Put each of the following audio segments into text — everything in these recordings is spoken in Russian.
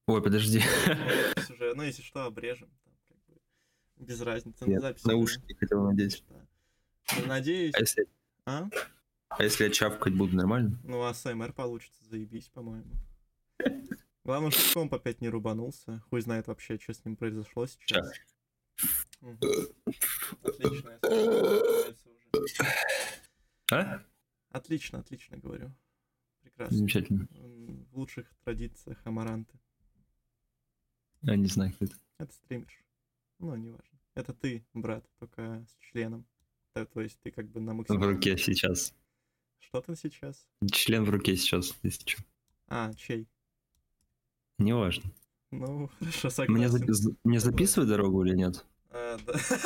Ой, подожди. Ну, запись уже, ну, если что, обрежем. Там, как бы, без разницы. Я Запись уже. наушники хотел надеть. Да. Надеюсь. А если, А? а если я чавкать буду, нормально? Ну, АСМР получится, заебись, по-моему. Главное, чтобы комп опять не рубанулся. Хуй знает вообще, что с ним произошло сейчас. Отлично, я нравится уже. А? Отлично, говорю. Прекрасно. Замечательно. В лучших традициях Амаранты. Я не знаю, кто это. Это стример. Ну, неважно. Это ты, брат, только с членом. То есть ты как бы на В максимум. руке сейчас. Что ты сейчас? Член в руке сейчас, если что. А, чей? Неважно. Ну, хорошо, согласен. Мне записывать дорогу или нет? Да.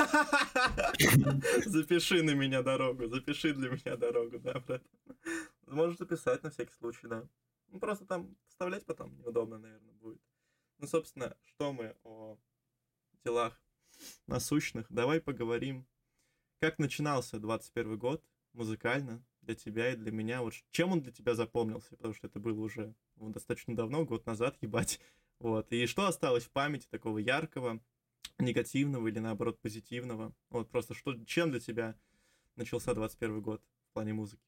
Запиши на меня дорогу, запиши для меня дорогу, да, брат? Можешь записать на всякий случай, да. Ну, просто там вставлять потом неудобно, наверное, будет. Ну, собственно, что мы о делах насущных? Давай поговорим, как начинался 21 год музыкально для тебя и для меня. Вот чем он для тебя запомнился, потому что это было уже достаточно давно, год назад, ебать. Вот. И что осталось в памяти такого яркого, негативного или, наоборот, позитивного? Вот просто чем для тебя начался 21 год в плане музыки?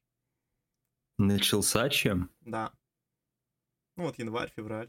Начался чем? Да. Ну вот январь, февраль.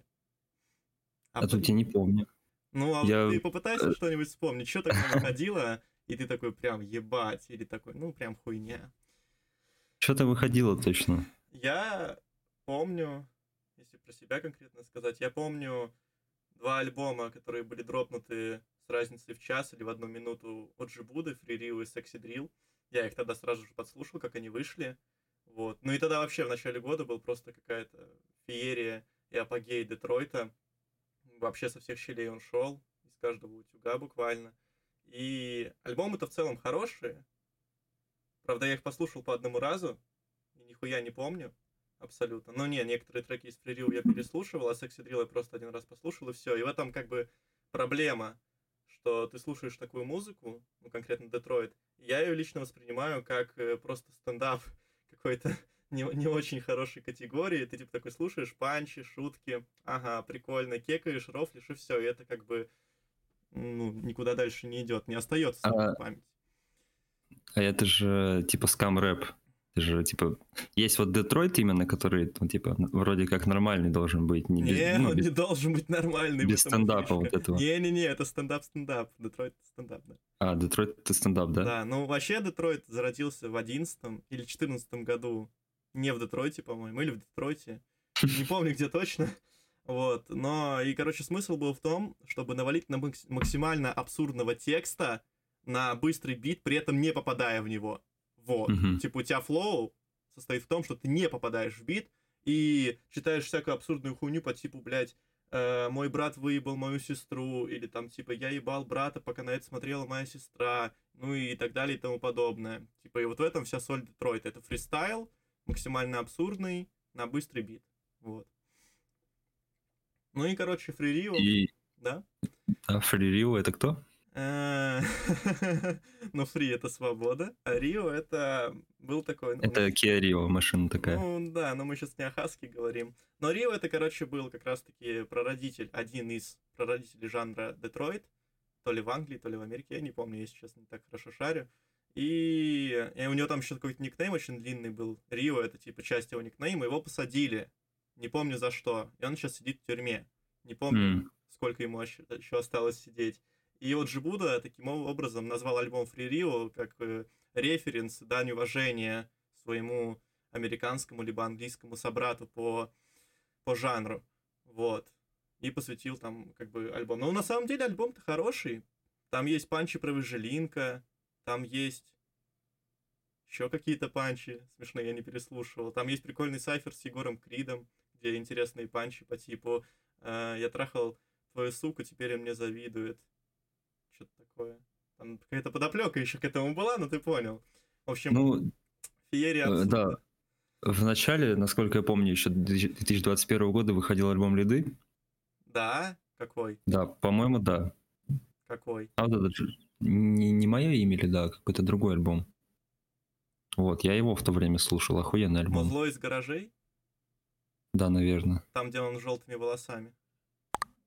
А тут я не помню. Ну, а Я- ты попытайся что-нибудь вспомнить, что такое выходило, и ты такой прям ебать, или такой, ну, прям хуйня. Что-то выходило точно. Я помню, если про себя конкретно сказать, я помню 2 альбома, которые были дропнуты с разницей в час или в 1 минуту от Джибуды, Free Rio и Sexy Drill. Я их тогда сразу же подслушал, как они вышли. Вот. Ну и тогда вообще в начале года был просто какая-то феерия и апогей Детройта. Вообще со всех щелей он шел, из каждого утюга буквально. И альбомы-то в целом хорошие. Правда, я их послушал по одному разу, и нихуя не помню абсолютно. Но не, некоторые треки из Free Rio я переслушивал, а Sexy Drill я просто один раз послушал, и все. И в этом как бы проблема, что ты слушаешь такую музыку, ну, конкретно Детройт, я ее лично воспринимаю как просто стендап какой-то не очень хорошей категории. Ты типа такой слушаешь панчи, шутки, ага, прикольно, кекаешь, рофлишь, и все. И это как бы ну, никуда дальше не идет, не остается в памяти. А это же типа скам-рэп. Это же типа... Есть вот Детройт именно, который ну, типа вроде как нормальный должен быть. Он не должен быть нормальный. Без стендапа вот этого. Не-не-не, это стендап. Детройт стендап, да. А, Детройт это стендап, да? Да, ну вообще Детройт зародился в 11 или 14 году. Не в Детройте, по-моему, или в Детройте. Не помню, где точно. Вот, но и, короче, смысл был в том, чтобы навалить на максимально абсурдного текста на быстрый бит, при этом не попадая в него. Вот. Типа у тебя флоу состоит в том, что ты не попадаешь в бит и читаешь всякую абсурдную хуйню по типу, блядь, мой брат выебал мою сестру, или там, типа, я ебал брата, пока на это смотрела моя сестра, ну и так далее и тому подобное. Типа, и вот в этом вся соль Детройта. Это фристайл, максимально абсурдный, на быстрый бит. Вот. Ну и, короче, Free Rio. Да? А Free Rio это кто? Ну, Free это свобода, а Rio это был такой... Это Kia Rio, машина такая. Ну, да, но мы сейчас не о Хаске говорим. Но Rio это, короче, был как раз-таки прародитель, один из прародителей жанра Детройт. То ли в Англии, то ли в Америке, я не помню, я сейчас не так хорошо шарю. И у него там еще какой-то никнейм очень длинный был. Рио это типа часть его никнейма, его посадили. Не помню за что. И он сейчас сидит в тюрьме. Не помню, сколько ему еще осталось сидеть. И вот Джибуда таким образом назвал альбом Free Rio как референс, дань уважения своему американскому либо английскому собрату по жанру. Вот. И посвятил там как бы альбом. Но на самом деле альбом-то хороший. Там есть панчи про Выжилинка, там есть еще какие-то панчи смешные, я не переслушивал. Там есть прикольный сайфер с Егором Кридом, где интересные панчи по типу «Я трахал твою суку, теперь он мне завидует». Что-то такое. Там какая-то подоплека еще к этому была, но ты понял. В общем, ну, феерия абсурда. Да. В начале, насколько я помню, еще 2021 года выходил альбом «Лиды». Да? Какой? Да, по-моему, да. Какой? А вот это не мое имя или да, какой-то другой альбом. Вот, я его в то время слушал, охуенный альбом. Музло из гаражей? Да, наверное. Там, где он с желтыми волосами.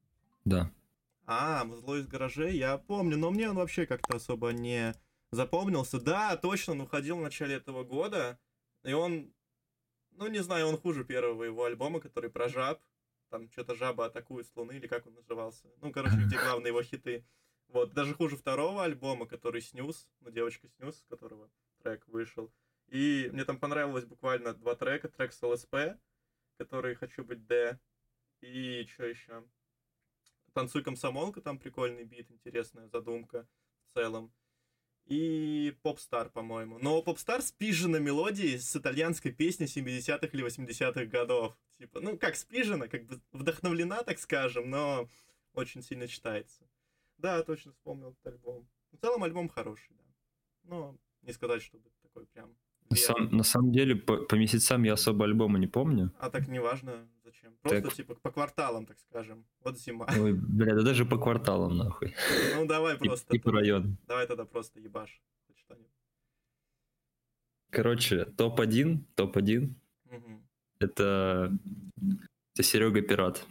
Да. Музло из гаражей, я помню, но мне он вообще как-то особо не запомнился. Да, точно, он уходил в начале этого года, и он, ну не знаю, он хуже первого его альбома, который про жаб. Там что-то жаба атакует с Луны, или как он назывался. Ну, короче, где главные его хиты. Вот, даже хуже второго альбома, который Снюс, ну, девочка Снюс, с которого трек вышел. И мне там понравилось буквально 2 трека. Трек с ЛСП, который «Хочу быть Д». И что еще? «Танцуй, комсомолка», там прикольный бит, интересная задумка в целом. И «Попстар», по-моему. Но «Попстар» спижена мелодией с итальянской песни 70-х или 80-х годов. Типа, ну, как спижена, как бы вдохновлена, так скажем, но очень сильно читается. Да, точно вспомнил этот альбом. В целом альбом хороший, да. Но не сказать, чтобы такой прям верный. На самом деле, по месяцам я особо альбома не помню. А так неважно, зачем. Просто, Так. типа, по кварталам, так скажем. Вот зима. Ой, бля, да даже по кварталам, нахуй. Ну, давай просто. И по району. Давай тогда просто ебашь. Хоть что-нибудь. Короче, топ-1. Мгм. Это Серега Пират.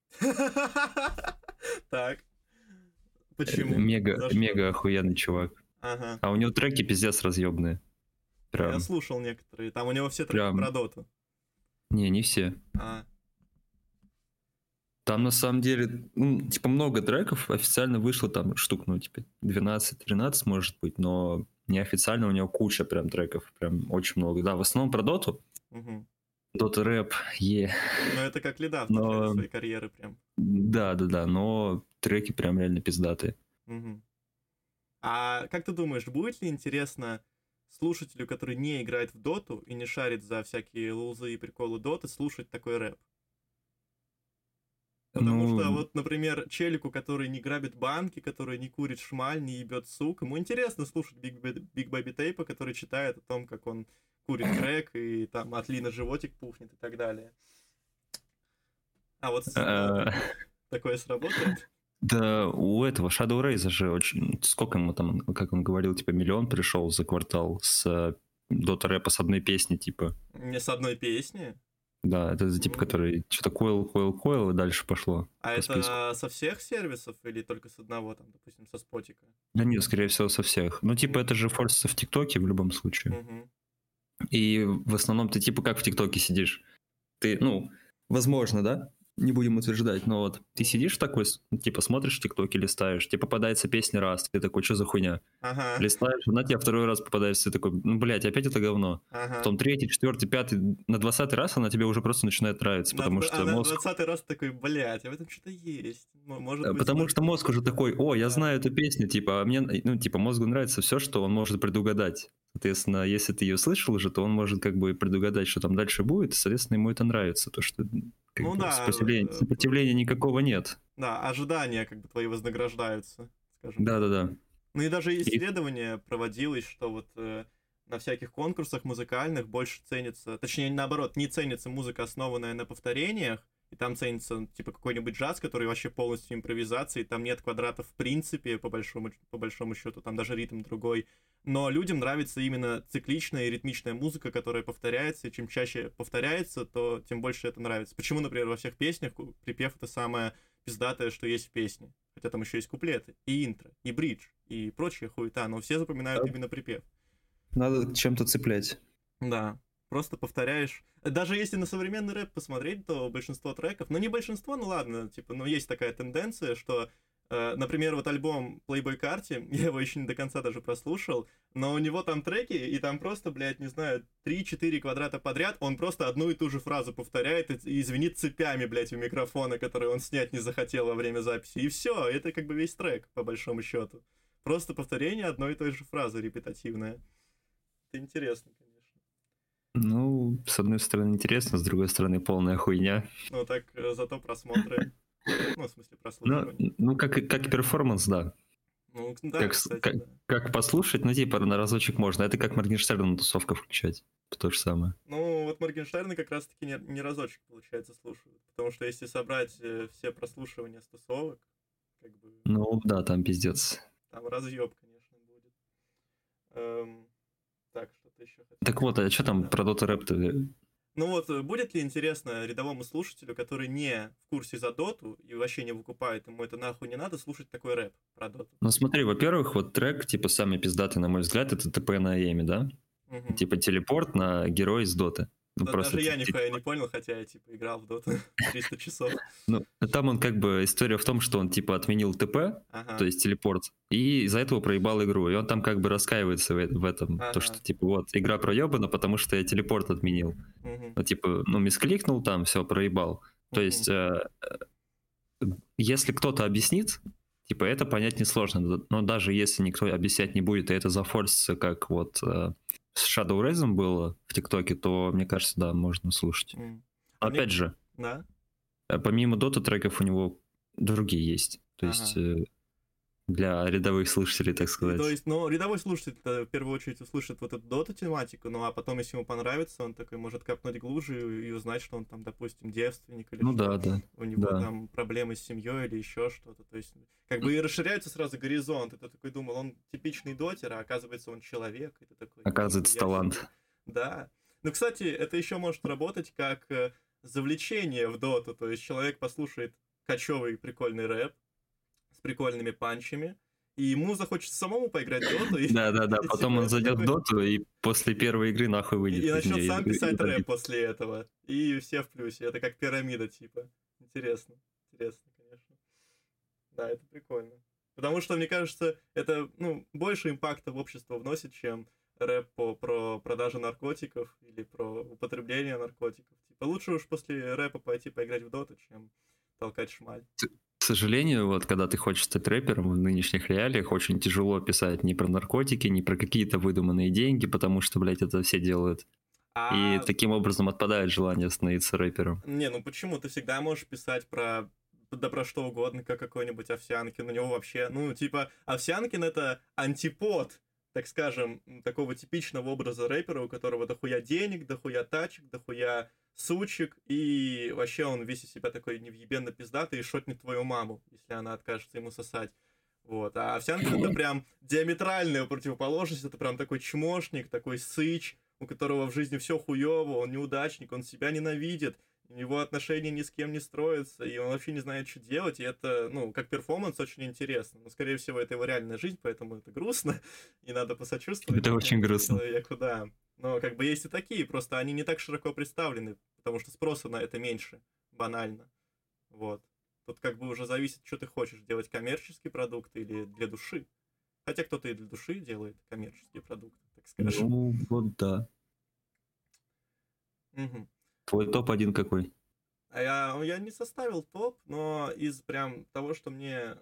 Так. Почему? За что? Мега охуенный чувак. Ага. А у него треки пиздец разъебные. Я Прям. слушал некоторые. Там у него все треки Прям. про доту. Не все. Там на самом деле, ну, типа, много треков. Официально вышло там штук, ну, типа, 12-13, может быть, но неофициально у него куча прям треков. Прям очень много. Да, в основном про доту. Угу. Дота рэп, Ну, это как Леда в начале своей карьеры прям. Да, но треки прям реально пиздатые. Угу. А как ты думаешь, будет ли интересно слушателю, который не играет в доту и не шарит за всякие лузы и приколы доты, слушать такой рэп? Потому что вот, например, челику, который не грабит банки, который не курит шмаль, не ебет сук, ему интересно слушать Big Baby Tape, который читает о том, как он курит крэк и там от Лина животик пухнет и так далее. А вот такое сработает? Да, у этого Shadow Raze же очень... Сколько ему там, как он говорил, типа, 1 миллион пришел за квартал с дота рэпа с одной песни, типа. Не с одной песни? Да, это за тип, который что-то койл, и дальше пошло. А это со всех сервисов или только с одного, там, допустим, со спотика? Да нет, скорее всего, со всех. Ну, типа, это же форсится в ТикТоке в любом случае. И в основном ты, типа, как в ТикТоке сидишь. Ты, ну, возможно, да? Не будем утверждать, но вот ты сидишь такой, типа, смотришь в ТикТоке, листаешь, тебе попадается песня раз, ты такой, что за хуйня? Ага. Листаешь, она тебе второй раз попадается, ты такой, ну, блядь, опять это говно. Ага. Потом 3-й, 4-й, 5-й, на 20-й раз она тебе уже просто начинает нравиться, потому что мозг... на 20-й раз такой, блядь, а в этом что-то есть. Может быть, потому что мозг уже такой, о, я знаю эту песню, типа, а мне, ну, типа, мозгу нравится все, что он может предугадать. Соответственно, если ты ее слышал уже, то он может как бы предугадать, что там дальше будет, и, соответственно, ему это нравится, то что как бы, сопротивления никакого нет. Да, ожидания как бы твои вознаграждаются, скажем. Да. Ну и даже исследование проводилось, что вот на всяких конкурсах музыкальных больше ценится, точнее, наоборот, не ценится музыка, основанная на повторениях, и там ценится, типа, какой-нибудь джаз, который вообще полностью импровизация, и там нет квадратов в принципе, по большому счету, там даже ритм другой. Но людям нравится именно цикличная и ритмичная музыка, которая повторяется, и чем чаще повторяется, то тем больше это нравится. Почему, например, во всех песнях припев — это самое пиздатое, что есть в песне? Хотя там еще есть куплеты, и интро, и бридж, и прочая хуета, но все запоминают именно припев. Надо чем-то цеплять. Да, просто повторяешь. Даже если на современный рэп посмотреть, то большинство треков, ну не большинство, ну ладно, типа, но есть такая тенденция, что, например, вот альбом Playboy Carti, я его еще не до конца даже прослушал, но у него там треки, и там просто, блядь, не знаю, 3-4 квадрата подряд, он просто одну и ту же фразу повторяет и звенит цепями, блядь, у микрофона, который он снять не захотел во время записи, и все, это как бы весь трек, по большому счету. Просто повторение одной и той же фразы репетативное. Это интересно, конечно. Ну, с одной стороны интересно, с другой стороны полная хуйня. Ну так зато просмотры. Ну, в смысле, прослушивание. Ну как перформанс, да. Ну, да, кстати, да. Как послушать, ну, типа, на разочек можно. Это как Моргенштерна на тусовках включать. То же самое. Ну, вот Моргенштерна как раз-таки не разочек, получается, слушают. Потому что если собрать все прослушивания с тусовок, как бы... Ну, да, там пиздец. Там разъеб, конечно, будет. Так, что-то еще хотел. Так вот, а что там про Dota Rap-то? Ну вот, будет ли интересно рядовому слушателю, который не в курсе за доту и вообще не выкупает, ему это нахуй не надо, слушать такой рэп про доту? Ну смотри, во-первых, вот трек, типа, самый пиздатый, на мой взгляд, это ТП на Эми, да? Мгм. Типа телепорт на героя из доты. Ну, Да, просто даже я нихуя не понял, хотя я, типа, играл в доту 300 часов. ну, там он как бы, история в том, что он типа отменил ТП, то Ага, есть телепорт, и из-за этого проебал игру. И он там как бы раскаивается в этом, то, что ага. типа вот, игра проебана, потому что я телепорт отменил. Мгм, Ну, типа, ну, мискликнул там, все, проебал. То мгм. есть, если кто-то объяснит, типа, это понять несложно. Но даже если никто объяснять не будет, и это зафорсится, как вот с Shadow Rais'ом было в ТикТоке, то, мне кажется, да, можно слушать. А Но мне... опять же, Да? помимо Dota треков у него другие есть. То есть Ага. для рядовых слушателей, так И то сказать. есть, ну, рядовой слушатель в первую очередь услышит вот эту доту-тематику, ну, а потом, если ему понравится, он такой может копнуть глубже и узнать, что он там, допустим, девственник, или Ну что да, да, у него да. там проблемы с семьей или еще что-то. То есть, как бы и расширяется сразу горизонт. И ты такой думал, он типичный дотер, а оказывается, он человек. И ты такой, Оказывается, нихуя себе. талант. Да. Ну, кстати, это еще может работать как завлечение в доту. То есть человек послушает кочевый прикольный рэп с прикольными панчами, и ему захочется самому поиграть в доту, и, Да, да, да. и типа Потом он это зайдет в такой... Доту и после первой игры нахуй И выйдет из начнет нее сам и писать рэп забит. после этого. И все в плюсе. Это как пирамида, типа. Интересно. Интересно, конечно. Да, это прикольно. Потому что, мне кажется, это, ну, больше импакта в общество вносит, чем рэп про продажу наркотиков или про употребление наркотиков. Типа лучше уж после рэпа пойти поиграть в доту, чем толкать шмаль. К сожалению, вот когда ты хочешь стать рэпером в нынешних реалиях, очень тяжело писать ни про наркотики, ни про какие-то выдуманные деньги, потому что, блядь, это все делают. И А таким образом отпадает желание становиться рэпером. Не, ну почему? Ты всегда можешь писать про да про что угодно, как какой-нибудь Овсянкин. У него вообще, ну, типа, Овсянкин — это антипод, так скажем, такого типичного образа рэпера, у которого дохуя денег, дохуя тачек, дохуя сучек, и вообще он весь из себя такой невъебенно пиздатый и шотнет твою маму, если она откажется ему сосать. Вот. А Овсянкин — это прям диаметральная противоположность, это прям такой чмошник, такой сыч, у которого в жизни все хуево, он неудачник, он себя ненавидит, у него отношения ни с кем не строятся, и он вообще не знает, что делать, и это, ну, как перформанс очень интересно. Но, скорее всего, это его реальная жизнь, поэтому это грустно, и надо посочувствовать Это очень этому грустно. человеку, да. Но как бы есть и такие, просто они не так широко представлены, потому что спроса на это меньше, банально. Вот. Тут как бы уже зависит, что ты хочешь, делать коммерческий продукт или для души. Хотя кто-то и для души делает коммерческие продукты, так скажем. Ну, вот да. Мгм. Твой топ-1 какой? А я не составил топ, но из прям того, что мне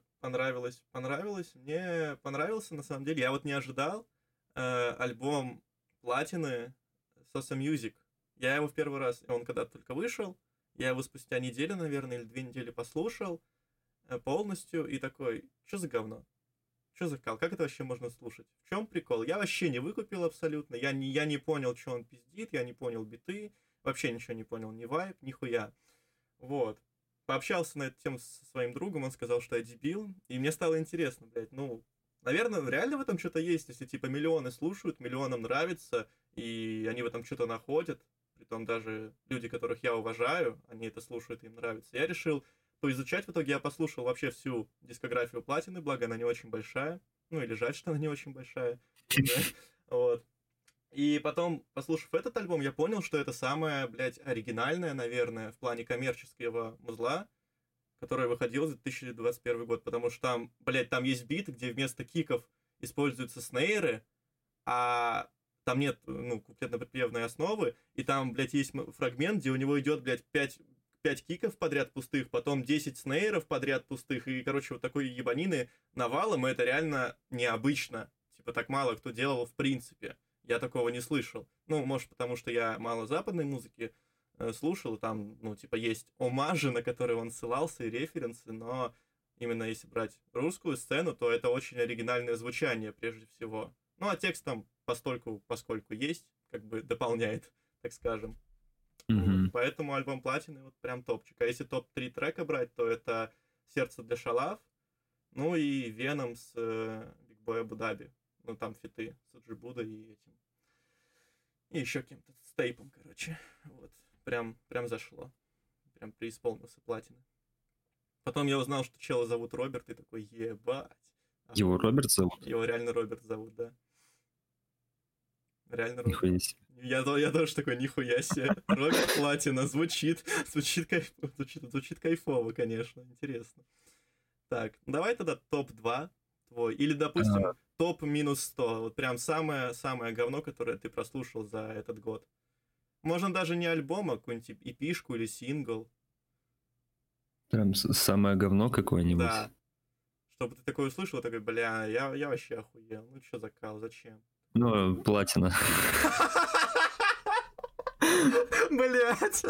мне понравился на самом деле. Я вот не ожидал альбом Платины Sosa Music. Я его в первый раз, он когда только вышел, я его спустя неделю, наверное, или 2 недели послушал полностью и такой, что за говно? Что за кал? Как это вообще можно слушать? В чем прикол? Я вообще не выкупил абсолютно. Я не понял, что он пиздит, я не понял биты, вообще ничего не понял, ни вайб, ни хуя. Вот. Пообщался на эту тему со своим другом, он сказал, что я дебил, и мне стало интересно, блядь, ну, наверное, реально в этом что-то есть, если, типа, миллионы слушают, миллионам нравится, и они в этом что-то находят, притом даже люди, которых я уважаю, они это слушают, им нравится. Я решил поизучать, в итоге я послушал вообще всю дискографию Платины, благо она не очень большая, ну, или жаль, что она не очень большая уже, вот. И потом, послушав этот альбом, я понял, что это самое, блядь, оригинальное, наверное, в плане коммерческого музла, которое выходило за 2021 год, потому что там, блядь, там есть бит, где вместо киков используются снейры, а там нет, ну, куплетно-припевной основы, и там, блядь, есть фрагмент, где у него идет, блядь, 5 киков подряд пустых, потом 10 снейров подряд пустых, и, короче, вот такой ебанины навалом, и это реально необычно. Типа, так мало кто делал в принципе. Я такого не слышал. Ну, может, потому что я мало западной музыки слушал, там, ну, типа, есть омажи, на которые он ссылался, и референсы, но именно если брать русскую сцену, то это очень оригинальное звучание, прежде всего. Ну, а текст там поскольку есть, как бы дополняет, так скажем. Вот. Мгм. Поэтому альбом Платины вот прям топчик. А если топ-3 трека брать, то это «Сердце для шалав», ну и «Веном» с Биг Бой Абу Даби. Ну, там фиты с Аджи Будой и этим. И еще кем-то с тейпом, короче. Вот. Прям зашло. Прям преисполнился платины. Потом я узнал, что чела зовут Роберт, и такой, ебать. Его Роберт зовут? Его реально Роберт зовут, да. Реально Роберт. Нихуя себе. Я тоже такой, нихуя себе. Роберт Платина звучит кайфово, конечно, интересно. Так, давай тогда топ-2 твой. Или, допустим, топ минус 100. Вот прям самое говно, которое ты прослушал за этот год. Можно даже не альбом, а какую-нибудь эпишку или сингл. Прям самое говно какое-нибудь? Да. Чтобы ты такое услышал, такой, бля, я вообще охуел. Ну что за кал, зачем? Ну, Платина. Блять.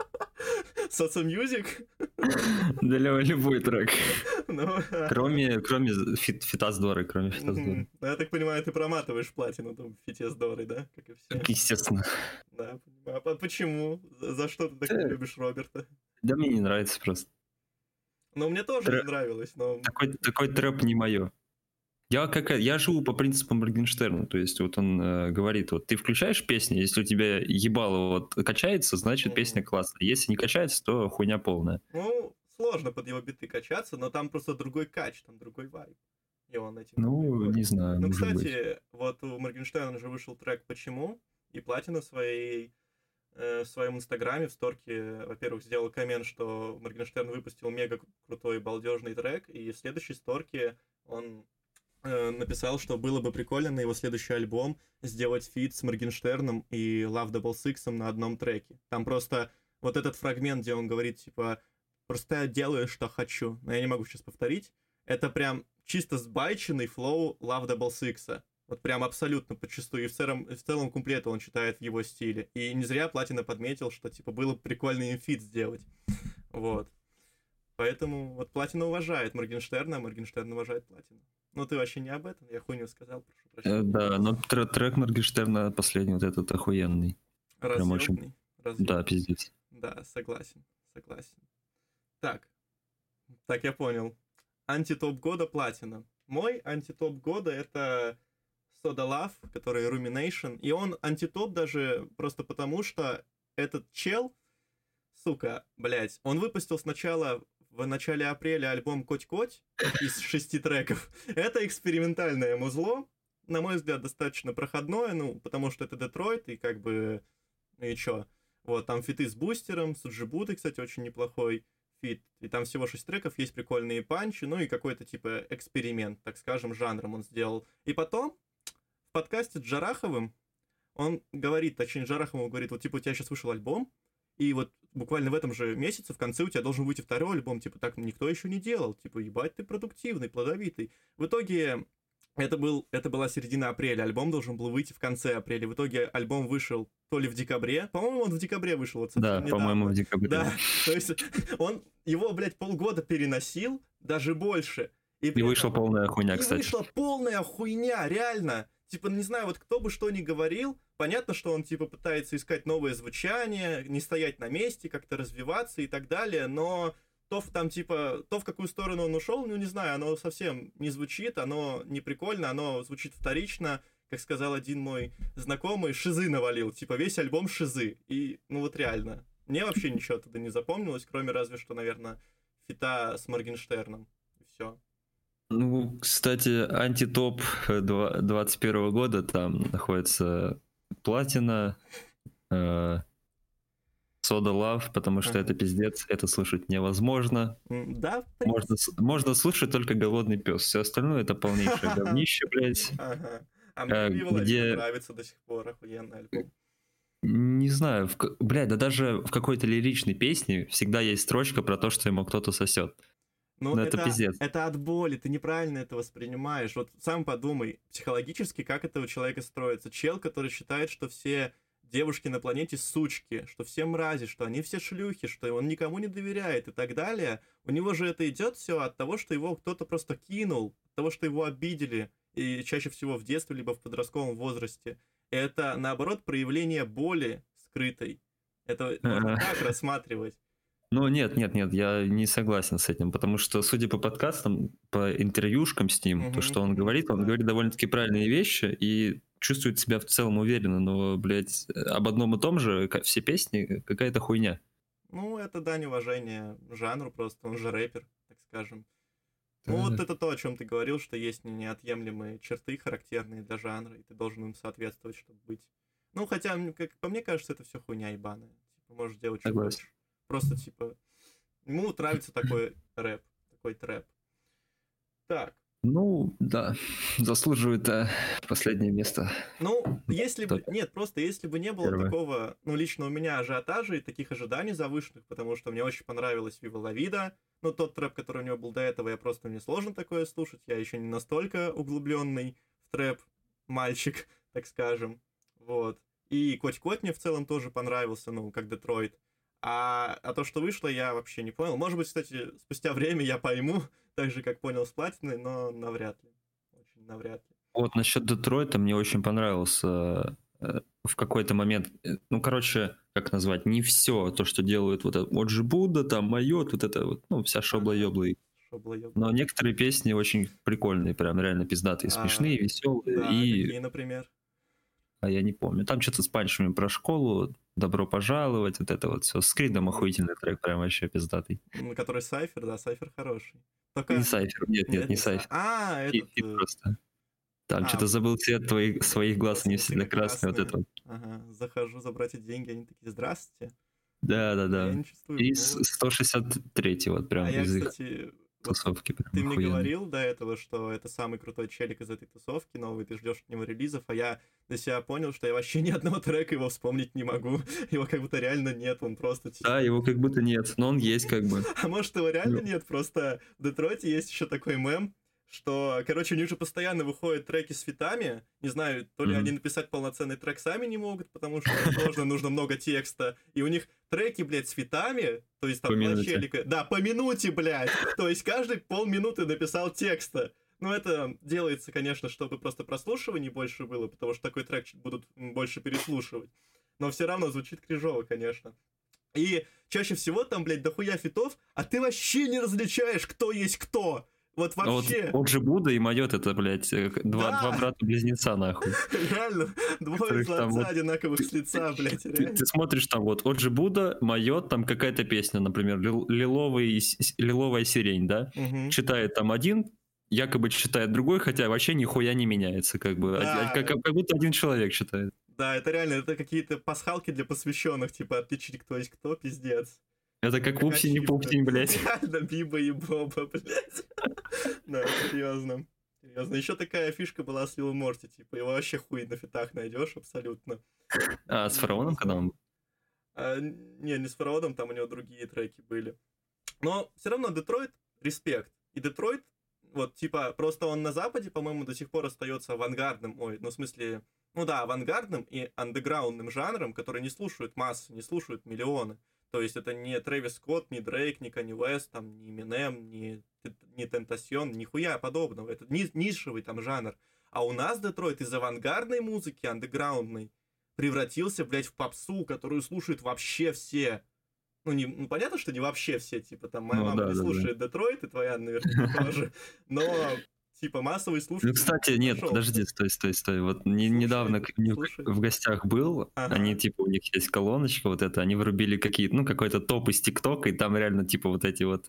Социомьюзик? Да любой трек. Ну, Кроме фита с Дорой, кроме фита с Дорой. Ну, я так понимаю, ты проматываешь Платину там в фите с Дорой, да? Как и все. Естественно. Да, понимаю. А почему? За что ты так не любишь Роберта? Да мне не нравится просто. Ну, мне тоже не нравилось, но... Такой трэп не мое. Я живу по принципу Моргенштерна, то есть вот он говорит, вот ты включаешь песню, если у тебя ебало вот качается, значит песня классная, если не качается, то хуйня полная. Ну, сложно под его биты качаться, но там просто другой кач, там другой вайб. И он этим... Ну, не знаю, ну, может кстати, быть. вот у Моргенштерна же вышел трек «Почему?», и Платина в своем инстаграме, в сторке, во-первых, сделал коммент, что Моргенштерн выпустил мега крутой балдежный трек, и в следующей сторке он написал, что было бы прикольно на его следующий альбом сделать фит с Моргенштерном и Love Double Six на одном треке. Там просто вот этот фрагмент, где он говорит, типа, просто я делаю, что хочу. Но я не могу сейчас повторить. Это прям чисто сбайченный флоу Love Double Six. Вот прям абсолютно подчистую. И в целом куплеты он читает в его стиле. И не зря Платина подметил, что, типа, было бы прикольно им фит сделать. Вот. Поэтому вот Платина уважает Моргенштерна, а Моргенштерн уважает Платину. Ну, ты вообще не об этом, я хуйню сказал, прошу прощения. Да, но трек Моргенштерна последний вот этот охуенный. Разъёбный. Да, пиздец. Да, согласен. Так, я понял. Антитоп года Платина. Мой антитоп года — это Soda Love, который Rumination. И он антитоп даже просто потому, что этот чел, сука, блядь, он выпустил сначала в начале апреля альбом «Коть-Коть» из 6 треков. Это экспериментальное музло, на мой взгляд, достаточно проходное, ну, потому что это Детройт, и как бы, ну и чё. Вот, там фиты с Бустером, с Уджибутой, кстати, очень неплохой фит. И там всего 6 треков, есть прикольные панчи, ну и какой-то, типа, эксперимент, так скажем, жанром он сделал. И потом в подкасте с Джараховым он говорит, точнее, Джарахову говорит, вот, типа, у тебя сейчас вышел альбом, и вот буквально в этом же месяце в конце у тебя должен выйти второй альбом, типа, так никто еще не делал, типа, ебать, ты продуктивный, плодовитый. В итоге это была середина апреля, альбом должен был выйти в конце апреля. В итоге альбом вышел то ли в декабре, по-моему, он в декабре вышел, вот совсем недавно. Да, по-моему, в декабре. Да, то есть он его, блядь, полгода переносил, даже больше. И вышла полная хуйня, кстати. И вышла полная хуйня, реально. Типа, не знаю, вот кто бы что ни говорил, понятно, что он, типа, пытается искать новое звучание, не стоять на месте, как-то развиваться и так далее, но то, в какую сторону он ушел, ну, не знаю, оно совсем не звучит, оно не прикольно, оно звучит вторично, как сказал один мой знакомый, шизы навалил, типа, весь альбом шизы, и, ну, вот реально, мне вообще ничего оттуда не запомнилось, кроме разве что, наверное, фита с Моргенштерном, и все. Ну, кстати, антитоп 21 года, там находится Платина, Soda Love, потому что это пиздец, это слушать невозможно. Да, можно слушать только «Голодный пес», все остальное это полнейшее говнище, блядь. А мне Владимир нравится до сих пор, охуенный альбом. Не знаю, блядь, да даже в какой-то лиричной песне всегда есть строчка про то, что ему кто-то сосет. Ну, это пиздец. Это от боли, ты неправильно это воспринимаешь. Вот сам подумай, психологически, как это у человека строится. Чел, который считает, что все девушки на планете сучки, что все мрази, что они все шлюхи, что он никому не доверяет и так далее. У него же это идет все от того, что его кто-то просто кинул, от того, что его обидели, и чаще всего в детстве, либо в подростковом возрасте. Это, наоборот, проявление боли скрытой. Это можно так рассматривать. Ну, нет, я не согласен с этим, потому что, судя по подкастам, по интервьюшкам с ним, то, что он говорит довольно-таки правильные вещи, и чувствует себя в целом уверенно, но, блядь, об одном и том же все песни какая-то хуйня. Ну, это дань уважения жанру просто, он же рэпер, так скажем. Ну, Да, вот да. это то, о чем ты говорил, что есть неотъемлемые черты, характерные для жанра, и ты должен им соответствовать, чтобы быть. Ну, хотя, как по мне кажется, это все хуйня ебаная. Типа, можешь делать, что Согласен. хочешь. Просто, типа, ему нравится такой рэп, такой трэп. Так. Ну, да, заслуживает последнее место. Ну, если бы... Топе. Нет, просто если бы не было Первое. такого, ну, лично у меня ажиотажа и таких ожиданий завышенных, потому что мне очень понравилась Viva La Vida, ну, тот трэп, который у него был до этого, мне сложно такое слушать, я еще не настолько углубленный в трэп мальчик, так скажем, вот. И Коть мне в целом тоже понравился, ну, как Детройт. А то, что вышло, я вообще не понял. Может быть, кстати, спустя время я пойму, так же, как понял с Платиной, но навряд ли. Очень навряд ли. Вот насчет Детройта мне очень понравился в какой-то момент, ну, короче, как назвать, не все то, что делают вот это, вот же Будда, там, Майот, вот это вот, ну, вся шобла-ёбла. Но некоторые песни очень прикольные, прям реально пиздатые, смешные, веселые. Да, какие, например? А я не помню. Там что-то с панчами про школу, добро пожаловать, вот это вот все. С Кридом охуительный трек, прям вообще пиздатый. Который Сайфер, да, Сайфер хороший. Не Сайфер, нет, не Сайфер. Этот... Хит просто. Там что-то забыл цвет своих глаз, не всегда красный, вот это вот. Ага, захожу забрать эти деньги, они такие, здравствуйте. Да. Я не чувствую. И 163 вот прям из их тусовки. Ты мне говорил до этого, что это самый крутой челик из этой тусовки новый, ты ждешь от него релизов, а я для себя понял, что я вообще ни одного трека его вспомнить не могу. Его как будто реально нет, он просто... Да, его как будто нет, но он есть как бы. А может, его реально нет, просто в Детройте есть еще такой мем, что, короче, у них же постоянно выходят треки с фитами, не знаю, то ли они написать полноценный трек сами не могут, потому что сложно, нужно много текста, и у них треки, блядь, с фитами, то есть там два челика... Да, по минуте, блядь, то есть каждый полминуты написал текста. Ну, это делается, конечно, чтобы просто прослушиваний больше было, потому что такой трек будут больше переслушивать, но все равно звучит кринжово, конечно. И чаще всего там, блядь, дохуя фитов, а ты вообще не различаешь, кто есть кто. Вот вообще. Вот же Будда и Майот, это, блядь, два брата-близнеца, нахуй. Реально, двое златца одинаковых с лица, блядь. Ты смотришь там вот, Оджи Будда, Майот, там какая-то песня, например, «Лиловая сирень», да? Читает там один, якобы читает другой, хотя вообще нихуя не меняется, как бы. Как будто один человек читает. Да, это реально, это какие-то пасхалки для посвященных, типа отличить, кто есть кто, пиздец. Это как Пупси не Пупсень, блядь. Реально, Биба и Боба, блядь. Да, серьезно. Еще такая фишка была с Лил Морти, типа, его вообще хуй на фитах найдешь абсолютно. А с Фараоном когда он? Не с Фараоном, там у него другие треки были. Но все равно Детройт, респект. И Детройт, вот, типа, просто он на Западе, по-моему, до сих пор остается авангардным, авангардным и андеграундным жанром, который не слушают массы, не слушают миллионы. То есть это не Трэвис Скотт, не Дрейк, не Канни Уэст, там, не Эминем, не Тентасьон, нихуя подобного. Это нишевый там жанр. А у нас Детройт из авангардной музыки, андеграундной, превратился, блядь, в попсу, которую слушают вообще все. Ну, понятно, что не вообще все, типа, там, моя мама не слушает Детройт, и твоя, наверное, тоже. Но... Типа массовый слушатель. Ну, кстати, нет, подожди, стой. Вот недавно в гостях был, они, типа, у них есть колоночка вот эта, они врубили какие-то, какой-то топ из ТикТока, и там реально, типа, вот эти вот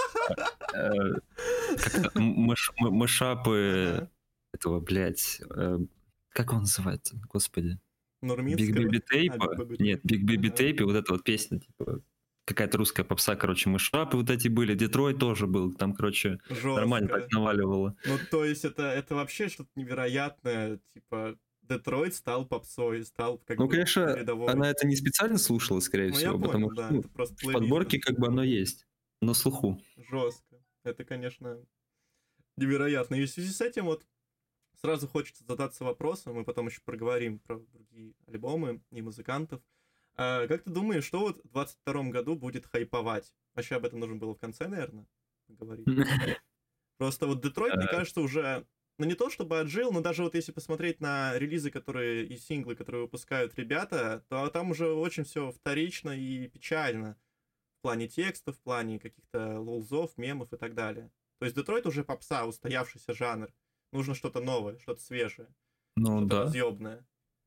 мышапы этого, блядь, как он называется, господи? Биг Бэби Тейпа? Нет, Биг Бэби Тейп, и вот эта вот песня, типа, какая-то русская попса, короче, мышапы вот эти были, Детройт тоже был, там, короче, нормально так наваливало. Ну, то есть это вообще что-то невероятное, типа, Детройт стал попсой, стал как бы конечно, передовой. она это не специально слушала, скорее всего, потому что в подборке как бы оно есть, на слуху. Жестко. Это, конечно, невероятно. И в связи с этим вот сразу хочется задаться вопросом, мы потом еще проговорим про другие альбомы и музыкантов. Как ты думаешь, что вот в 22-м году будет хайповать? Вообще об этом нужно было в конце, наверное, говорить. Просто вот Детройт, мне кажется, уже, не то чтобы отжил, но даже вот если посмотреть на релизы, которые и синглы, которые выпускают ребята, то там уже очень все вторично и печально. В плане текстов, в плане каких-то лолзов, мемов и так далее. То есть Детройт уже попса, устоявшийся жанр. Нужно что-то новое, что-то свежее. Ну Что-то да. разъебное.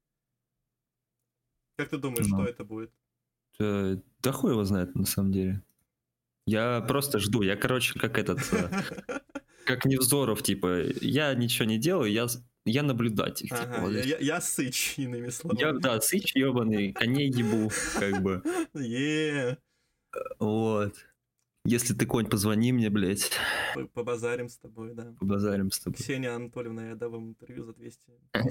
Как ты думаешь, что это будет? Да хуй его знает, на самом деле. Я просто жду. Я, короче, как как Невзоров, типа, я ничего не делаю, я наблюдатель. Типа, Ага, вот. я сыч, иными Я, словами. да, сыч ебаный, коней ебу, как бы. Вот. Если ты конь, позвони мне, блядь. Побазарим с тобой, да. Побазарим с тобой. Ксения Анатольевна, я дам вам интервью за 200.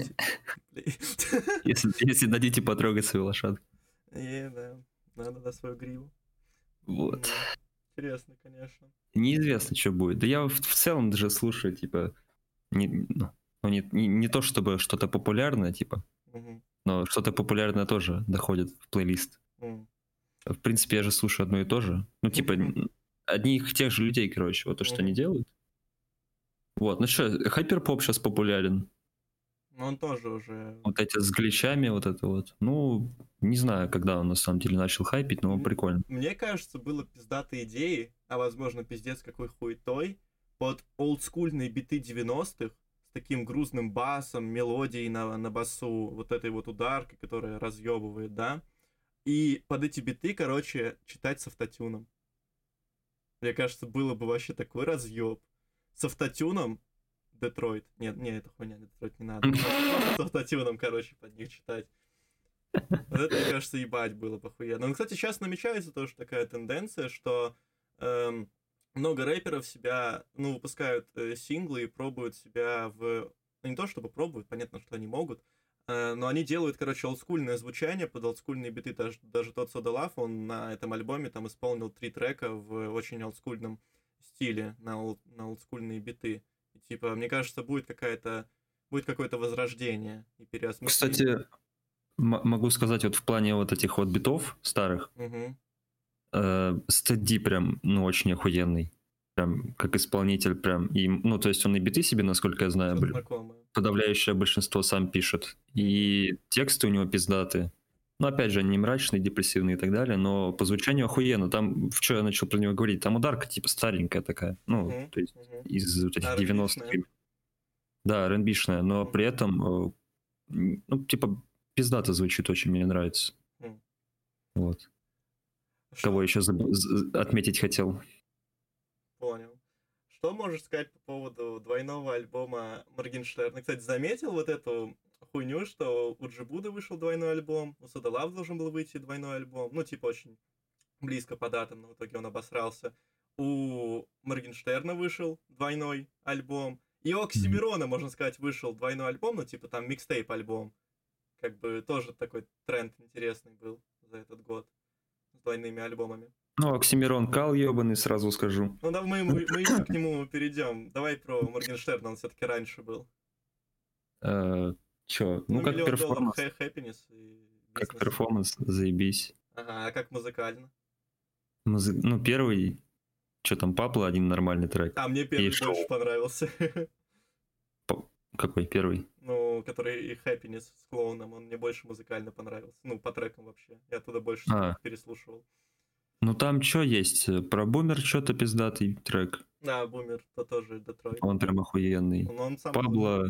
Если дадите потрогать свою лошадку. Да. Надо свою гриву. Вот. Интересно, конечно. Неизвестно, что будет. Да я в целом даже слушаю, типа, не то чтобы что-то популярное, типа, но что-то популярное тоже доходит в плейлист. В принципе, я же слушаю одно и то же. Ну, типа, одних тех же людей, короче, вот то, что они делают. Вот, ну что, хайперпоп сейчас популярен. Ну, он тоже уже... Вот эти с гличами, вот это вот. Ну, не знаю, когда он на самом деле начал хайпить, но прикольно. Мне кажется, было пиздатые идеи, а возможно, пиздец какой хуетой, под олдскульные биты 90-х, с таким грузным басом, мелодией на басу, вот этой вот ударкой, которая разъебывает, да? И под эти биты, короче, читать с автотюном. Мне кажется, было бы вообще такой разъеб. С автотюном Детройт. Нет, это хуйня, Детройт не надо. С автотюном, короче, под них читать. Вот это, мне кажется, ебать было похуенно. Ну, кстати, сейчас намечается тоже такая тенденция, что много рэперов себя, выпускают синглы и пробуют себя в... Ну, не то чтобы пробуют, понятно, что они могут, но они делают, короче, олдскульное звучание под олдскульные биты. Даже тот Soda Love, он на этом альбоме там исполнил 3 трека в очень олдскульном стиле, на олдскульные биты. И, типа, мне кажется, будет какое-то возрождение и переосмысление. Кстати, могу сказать, вот в плане вот этих вот битов старых, Steady прям, очень охуенный. Прям как исполнитель прям. И, то есть он и биты себе, насколько я знаю, подавляющее большинство сам пишет. И тексты у него пиздатые. Ну, опять же, они не мрачные, депрессивные и так далее, но по звучанию охуенно. Там, в что я начал про него говорить, там ударка типа старенькая такая. Ну, то есть из вот этих 90-х. Да, R&B-шная, но при этом, типа, пиздато звучит очень, мне нравится. Вот. Кого еще отметить хотел? Понял. Что можешь сказать по поводу двойного альбома Моргенштерна? Кстати, заметил вот эту хуйню, что у Джибуда вышел двойной альбом, у Soda Love должен был выйти двойной альбом, ну, типа, очень близко по датам, но в итоге он обосрался. У Моргенштерна вышел двойной альбом, и у Оксимирона, можно сказать, вышел двойной альбом, ну, типа, там микстейп-альбом. Как бы тоже такой тренд интересный был за этот год с двойными альбомами. Ну, Оксимирон кал ебаный, сразу скажу. Ну да, мы еще к нему перейдем. Давай про Моргенштерна, он все-таки раньше был. Че? Ну, как перформанс. Happiness как перформанс, заебись. Ага, а как музыкально? Первый, что там, Пабло, один нормальный трек. А мне первый больше понравился. Какой первый? Ну, который и Happiness с клоуном, он мне больше музыкально понравился. Ну, по трекам вообще. Я оттуда больше переслушивал. Ну, там что есть? Про Бумер что-то пиздатый трек. Да, Бумер, то тоже Детройт. Он прям охуенный. Он сам Пабло.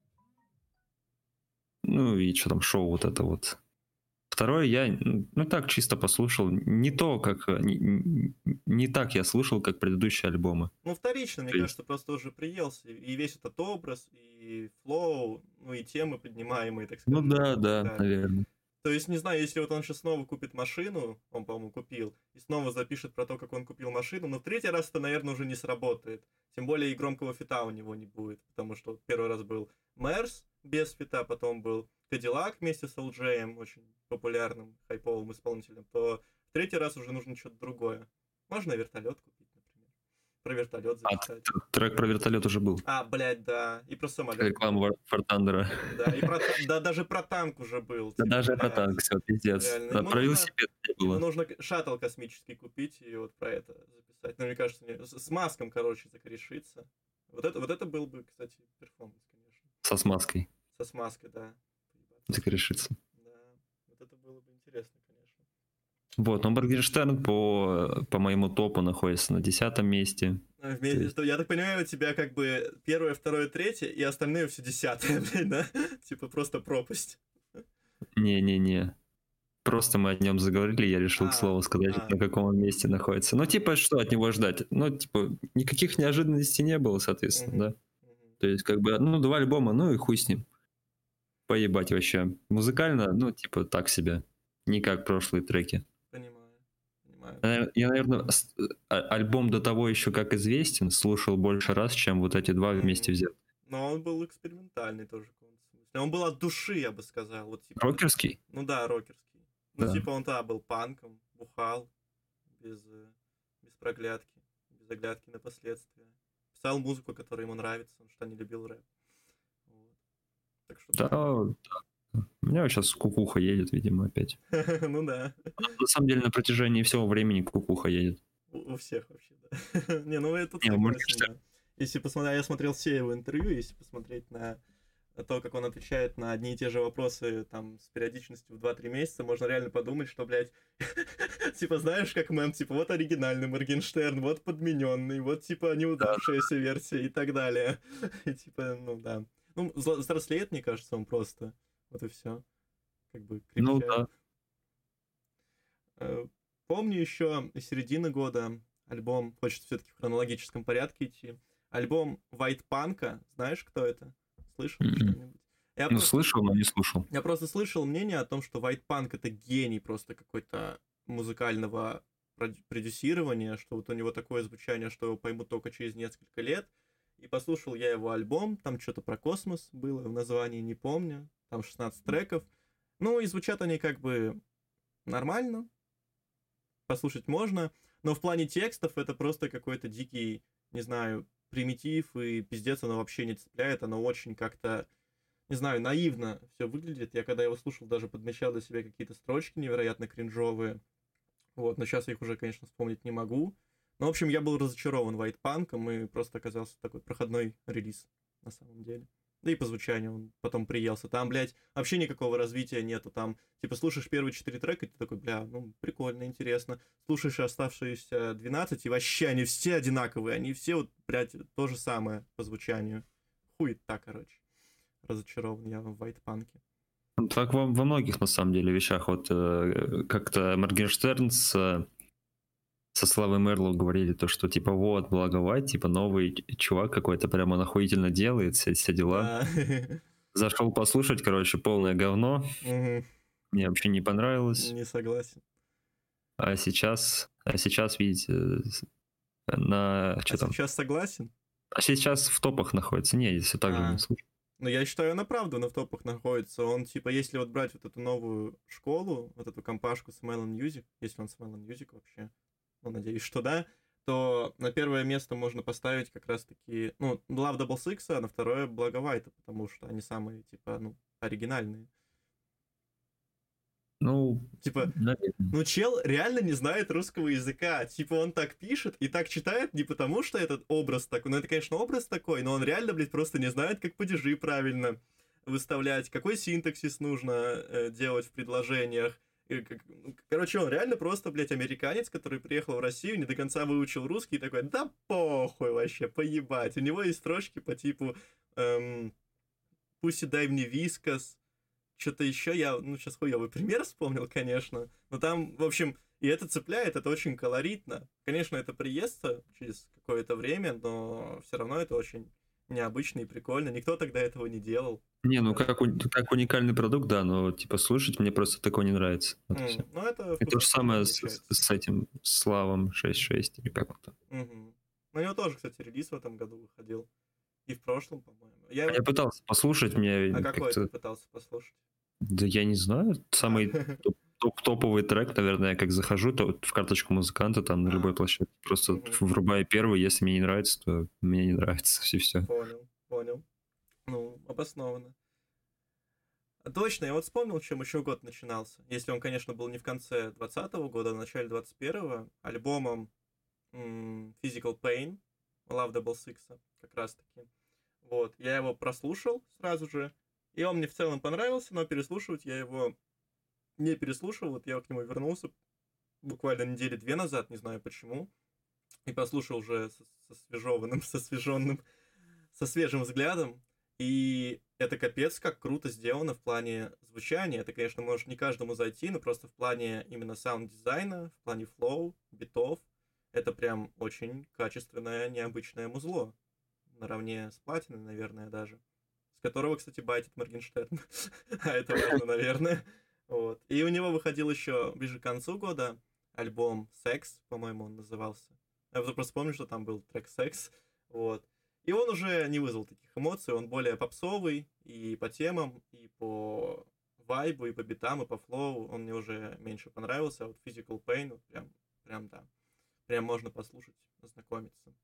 Ну, и что там, шоу вот это вот. Второе я, так чисто послушал. Не то, как... Не так я слушал, как предыдущие альбомы. Ну, вторично, мне кажется, просто уже приелся. И весь этот образ, и флоу, и темы поднимаемые, так сказать. Ну да, наверное. То есть, не знаю, если вот он сейчас снова купит машину, он, по-моему, купил, и снова запишет про то, как он купил машину, но в третий раз это, наверное, уже не сработает. Тем более и громкого фита у него не будет, потому что первый раз был Мерс без фита, потом был Кадиллак вместе с LJ, очень популярным, хайповым исполнителем, то в третий раз уже нужно что-то другое. Можно вертолет купить, например. Про вертолет записать. Трек про вертолет уже был. Блядь, да. И про самолет. Реклама War Thunder. Да, и даже про танк уже был. Да, даже про танк, все, пиздец. Про велосипед не было. Нужно шаттл космический купить и вот про это записать. Ну, мне кажется, с маском, короче, так решится. Вот это был бы, кстати, перформанс, конечно. Со смазкой. Со смазкой, да. Так решится. Да, вот это было бы интересно, конечно. Вот, но Моргенштерн по моему топу находится на 10-м месте. Я так понимаю, у тебя как бы первое, второе, третье, и остальные все 10-е, блядь, да? Типа просто пропасть. Не-не-не. Просто мы о нем заговорили, я решил к слову сказать, на каком он месте находится. Ну, типа, что от него ждать? Ну, типа, никаких неожиданностей не было, соответственно, да? То есть, как бы, ну, 2 альбома, ну и хуй с ним. Поебать вообще. Музыкально, ну, типа, так себе. Не как прошлые треки. Понимаю. Я, наверное, альбом до того еще как известен, слушал больше раз, чем вот эти 2 вместе взяты. Но он был экспериментальный тоже в каком-то смысле. Он был от души, я бы сказал. Вот, типа, Рокерский? Ну да, рокерский. Ну, типа, он, был панком, бухал, без проглядки, без оглядки на последствия. Писал музыку, которая ему нравится, он что не любил рэп. Вот. Так что да. У меня сейчас кукуха едет, видимо, опять. Ну да. На самом деле, на протяжении всего времени кукуха едет. У всех вообще, да. Не, ну я тут Не, согласен, да. Если посмотреть, я смотрел все его интервью, если посмотреть на то, как он отвечает на одни и те же вопросы, там, с периодичностью в 2-3 месяца, можно реально подумать, что, блядь, типа, знаешь, как мем, типа, вот оригинальный Моргенштерн, вот подмененный, вот, типа, неудавшаяся версия и так далее. И, типа, ну, да. Ну, взрослеет, мне кажется, он просто. Вот и все. Как бы Ну, крепчает. да. Помню еще из середины года альбом, хочется все-таки в хронологическом порядке идти, альбом White Punk, знаешь, кто это? Слышал что-нибудь? Ну, слышал, но не слушал. Я просто слышал мнение о том, что White Punk это гений просто какой-то музыкального продюсирования, что вот у него такое звучание, что его поймут только через несколько лет. И послушал я его альбом, там что-то про космос было в названии, не помню, там 16 треков. Ну, и звучат они как бы нормально, послушать можно, но в плане текстов это просто какой-то дикий, не знаю, примитив, и пиздец оно вообще не цепляет, оно очень как-то, не знаю, наивно все выглядит. Я когда его слушал, даже подмечал для себя какие-то строчки невероятно кринжовые. Вот, но сейчас я их уже, конечно, вспомнить не могу. Но, в общем, я был разочарован White Punk'ом, и просто оказался такой проходной релиз, на самом деле. Да и по звучанию он потом приелся. Там, блядь, вообще никакого развития нету. Там, типа, слушаешь первые 4 трека, и ты такой, бля, ну, прикольно, интересно. Слушаешь оставшиеся 12, и вообще они все одинаковые. Они все вот, блядь, то же самое по звучанию. Хуета, короче. Разочарован я в White Punk'е. Так во многих, на самом деле, вещах. Вот как-то Моргенштерн со Славой Мерлоу говорили то, что типа вот, благо White, типа новый чувак какой-то прямо охуительно делает, все дела. Да. Зашел послушать, короче, полное говно. Мне вообще не понравилось. Не согласен. А сейчас, видите, на... Что там? Сейчас согласен? А сейчас в топах находится. Не, все так же не слушаю. Ну, я считаю, он оправданно в топах находится. Он, типа, если вот брать вот эту новую школу, вот эту компашку с Melon Music, если он с Melon Music вообще, ну, надеюсь, что да, то на первое место можно поставить как раз-таки, ну, Love Double Six, а на второе Благо White, потому что они самые, типа, ну, оригинальные. Ну, типа, ну, чел реально не знает русского языка. Типа, он так пишет и так читает не потому, что этот образ такой. Ну, это, конечно, образ такой, но он реально, блядь, просто не знает, как падежи правильно выставлять, какой синтаксис нужно делать в предложениях. Короче, он реально просто, блядь, американец, который приехал в Россию, не до конца выучил русский, и такой, да похуй вообще, поебать. У него есть строчки по типу «Пусть дай мне вискас», что-то еще я, ну, сейчас хуёвый пример вспомнил, конечно, но там, в общем, и это цепляет, это очень колоритно. Конечно, это приестся через какое-то время, но все равно это очень необычно и прикольно. Никто тогда этого не делал. Не, ну как уникальный продукт, да, но типа слушать мне просто такое не нравится. Вот ну, это и то же самое с этим Славом 6.6 или как он там. Ну, у него тоже, кстати, релиз в этом году выходил. И в прошлом, по-моему. Я пытался послушать, мне А какой ты пытался послушать? Да я не знаю. Самый топовый трек, наверное, я как захожу, то в карточку музыканта, там на любой площадке, просто врубаю первый, если мне не нравится, то мне не нравится, все. Понял. Ну, обоснованно. Точно, я вот вспомнил, чем еще год начинался. Если он, конечно, был не в конце 2020 года, а в начале 2021, альбомом Physical Pain, Love Double Six, как раз-таки. Вот, я его прослушал сразу же, и он мне в целом понравился, но переслушивать я его не переслушал. Вот я к нему вернулся буквально недели 2 назад, не знаю почему. и послушал уже со свежим взглядом. И это капец как круто сделано в плане звучания. Это, конечно, может не каждому зайти, но просто в плане именно саунд-дизайна, в плане флоу, битов. Это прям очень качественное, необычное музло. Наравне с платиной, наверное, даже. С которого, кстати, байтит Моргенштерн. А это важно, наверное. Вот. И у него выходил еще ближе к концу года альбом «Секс», по-моему, он назывался. Я просто помню, что там был трек «Секс». Вот. И он уже не вызвал таких эмоций, он более попсовый и по темам, и по вайбу, и по битам, и по флоу. Он мне уже меньше понравился, а вот Physical Pain, вот прям да. Прям можно послушать, ознакомиться.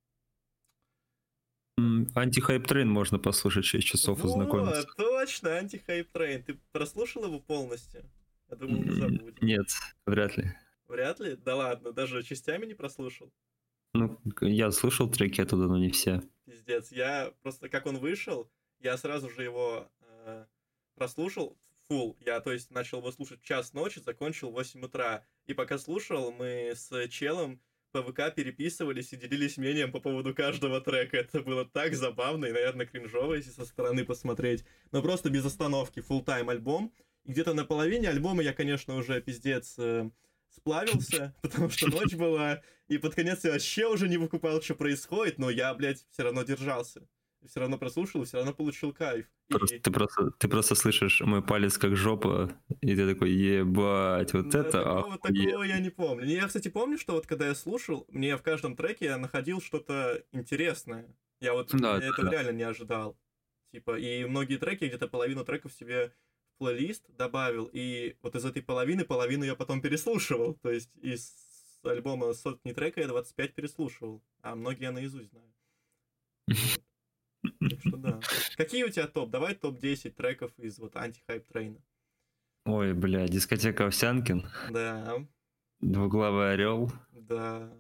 Анти-хайп трейн можно послушать 6 часов, ознакомиться. Вот, точно, анти-хайп трейн. Ты прослушал его полностью? Я думал, не забудем. Нет, вряд ли. Вряд ли? Да ладно, даже частями не прослушал? Ну, я слышал треки оттуда, но не все. Пиздец, я просто, как он вышел, я сразу же его прослушал фулл. Я, то есть, начал его слушать в час ночи, закончил в 8 утра. И пока слушал, мы с челом по ВК переписывались и делились мнением по поводу каждого трека. Это было так забавно и, наверное, кринжово, если со стороны посмотреть. Но просто без остановки, фулл-тайм альбом. И где-то на половине альбома я, конечно, уже пиздец сплавился, потому что ночь была, и под конец я вообще уже не выкупал, что происходит, но я, блядь, все равно держался. Все равно прослушал, и все равно получил кайф. Ты просто слышишь мой палец как жопа, и ты такой, ебать, вот да, это такого я не помню. Я, кстати, помню, что вот когда я слушал, мне в каждом треке я находил что-то интересное. Я вот этого реально не ожидал. Типа, и многие треки, где-то половину треков себе в плейлист добавил, и вот из этой половину я потом переслушивал. То есть из альбома сотни трека я 25 переслушивал, а многие я наизусть знаю. Вот. Так что да. Какие у тебя топ? Давай топ-10 треков из вот анти-хайп трейна. Ой, бля, дискотека Овсянкин. Да. Двуглавый орел. Да.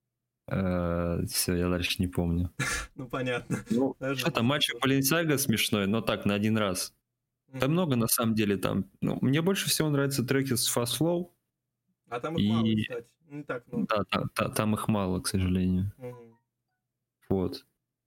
Все, я дальше не помню. Ну, понятно. Ну, что-то матч Баленсиага смешной, но так, на один раз. Там много, на самом деле, там. Ну, мне больше всего нравятся треки с Fast Flow. А там их мало, кстати. Не так много. Да, там их мало, к сожалению. Вот.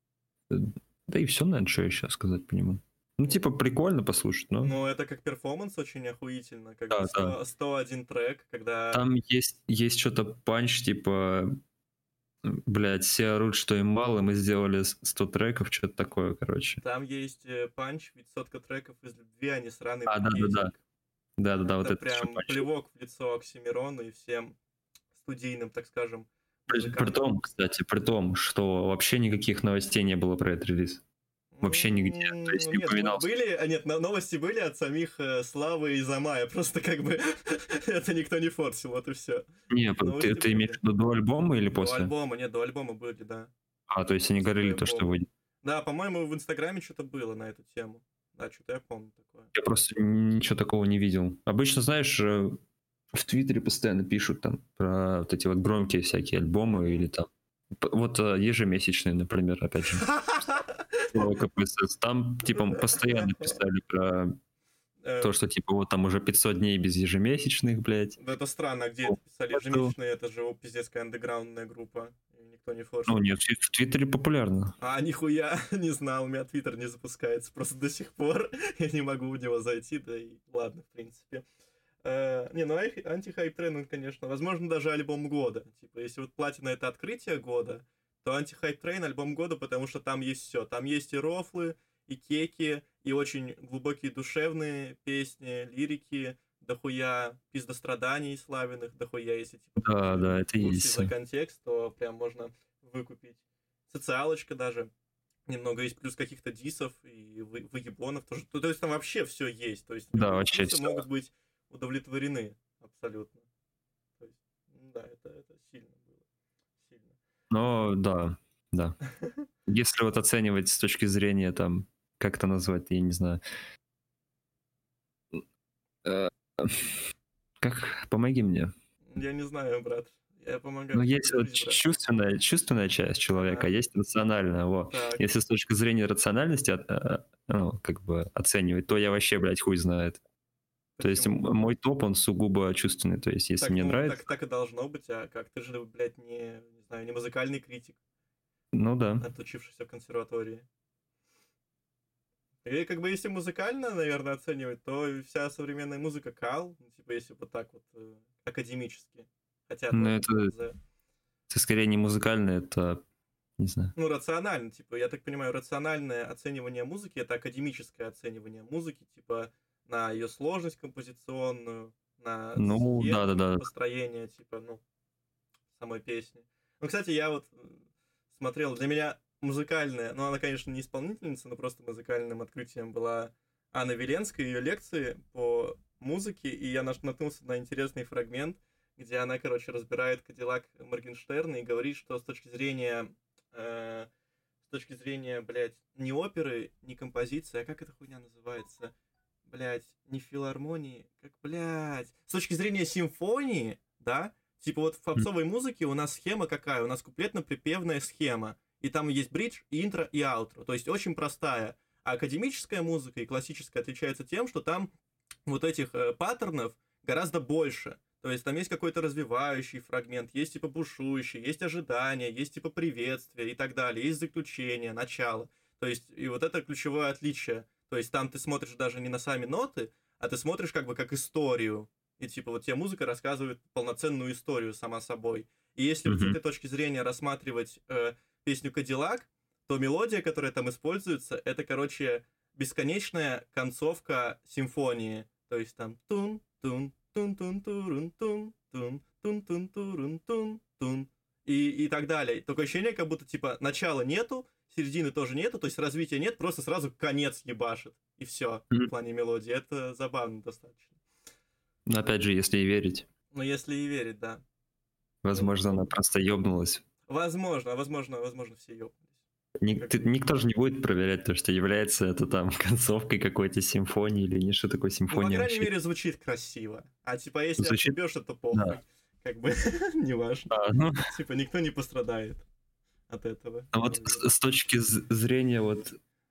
Да и все, наверное, что я сейчас сказать по нему. Ну, типа, прикольно послушать, но... Ну, это как перформанс очень охуительно. Как бы 101 трек, когда... Там есть что-то панч, типа... Блядь, все орут, что им мало, мы сделали 100 треков, что-то такое, короче. Там есть панч, ведь 100 треков из любви, а не сраный букетик. Да, вот это прям плевок в лицо Оксимирону и всем студийным, так скажем. При том, что вообще никаких новостей не было про этот релиз. Вообще нигде. То есть не упоминался. Новости были от самих Славы и Замая. Просто как бы это никто не форсил, вот и все. Не, ты имеешь в виду до альбома или после? До альбома были, да. То есть они говорили то, что выйдет. Да, по-моему, в Инстаграме что-то было на эту тему. Да, что-то я помню такое. Я просто ничего такого не видел. Обычно, знаешь, в Твиттере постоянно пишут там про вот эти вот громкие всякие альбомы или там вот ежемесячные, например, опять же. КПСС. Там, типа, постоянно писали про то, что, типа, вот там уже 500 дней без ежемесячных, блядь. Да это странно, где это писали ежемесячные, это же пиздецкая андеграундная группа. Никто не форсит. Ну нет, в Твиттере популярно. Нихуя не знал, у меня Твиттер не запускается просто до сих пор. Я не могу в него зайти, да и ладно, в принципе. Анти-хайп трейн, конечно, возможно, даже альбом года. Типа, если вот платина это открытие года, то анти-хайп трейн альбом года, потому что там есть все. Там есть и рофлы, и кеки, и очень глубокие душевные песни, лирики, дохуя пиздостраданий славяных, дохуя, если типа... Да, это есть. За контекст, то прям можно выкупить. Социалочка даже. Немного есть, плюс каких-то дисов и выебонов тоже. То есть там вообще все есть. То есть вообще все могут быть удовлетворены абсолютно. То есть, да, это сильно было. Сильно. Ну, да. Если вот оценивать с точки зрения там, как это назвать, я не знаю. Как? Помоги мне. Я не знаю, брат. Я помогаю. Ну, есть вот чувственная часть человека, есть рациональная. Вот. Если с точки зрения рациональности как бы оценивать, то я вообще, блядь, хуй знает. То есть мой топ, он сугубо чувственный. То есть, если мне нравится... Так и должно быть, а как? Ты же, блядь, не знаю, не музыкальный критик, Ну да. отучившийся в консерватории. И как бы если музыкально, наверное, оценивать, то вся современная музыка кал, ну, типа если вот так вот академически. Хотя Но тоже это скорее не музыкальное, это, не знаю. ну, рационально, типа, я так понимаю, рациональное оценивание музыки — это академическое оценивание музыки, типа, на ее сложность композиционную, на Ну, схему да-да-да. построения, типа, ну, самой песни. Ну, кстати, я вот смотрел, для меня музыкальная, ну, она, конечно, не исполнительница, но просто музыкальным открытием была Анна Веленская, ее лекции по музыке, и я наткнулся на интересный фрагмент, где она, короче, разбирает Кадиллак Моргенштерна и говорит, что с точки зрения, блядь, не оперы, не композиции, а как эта хуйня называется? Блядь, не филармонии, как, блядь, с точки зрения симфонии, да, типа вот в попсовой музыке у нас схема какая? У нас куплетно-припевная схема, и там есть бридж, интро и аутро, то есть очень простая. А академическая музыка и классическая отличается тем, что там вот этих паттернов гораздо больше. То есть там есть какой-то развивающий фрагмент, есть типа бушующий, есть ожидание, есть типа приветствие и так далее, есть заключение, начало. То есть и вот это ключевое отличие. То есть там ты смотришь даже не на сами ноты, а ты смотришь как бы как историю. И типа вот тебе музыка рассказывает полноценную историю сама собой. И если вот с этой точки зрения рассматривать песню «Кадиллак», то мелодия, которая там используется, это, короче, бесконечная концовка симфонии. То есть там тун-тун, тун-тун-турун-тун, тун-тун-тун-турун-тун-тун. И так далее. Такое ощущение, как будто, типа, начала нету, середины тоже нету, то есть развития нет, просто сразу конец ебашит. И все в плане мелодии. Это забавно достаточно. Но опять же, если и верить. Но если и верить, да. Возможно, она просто ёбнулась. Возможно, все ёбнулись. Никто же не будет проверять то, что является это там концовкой какой-то симфонии или не, что такое Ну, по симфония крайней вообще. мере, звучит красиво. А типа, если Звучит- отъебешь, это похуй. да. Как бы, неважно. Ну, Типа, никто не пострадает от этого. а вот с точки зрения вот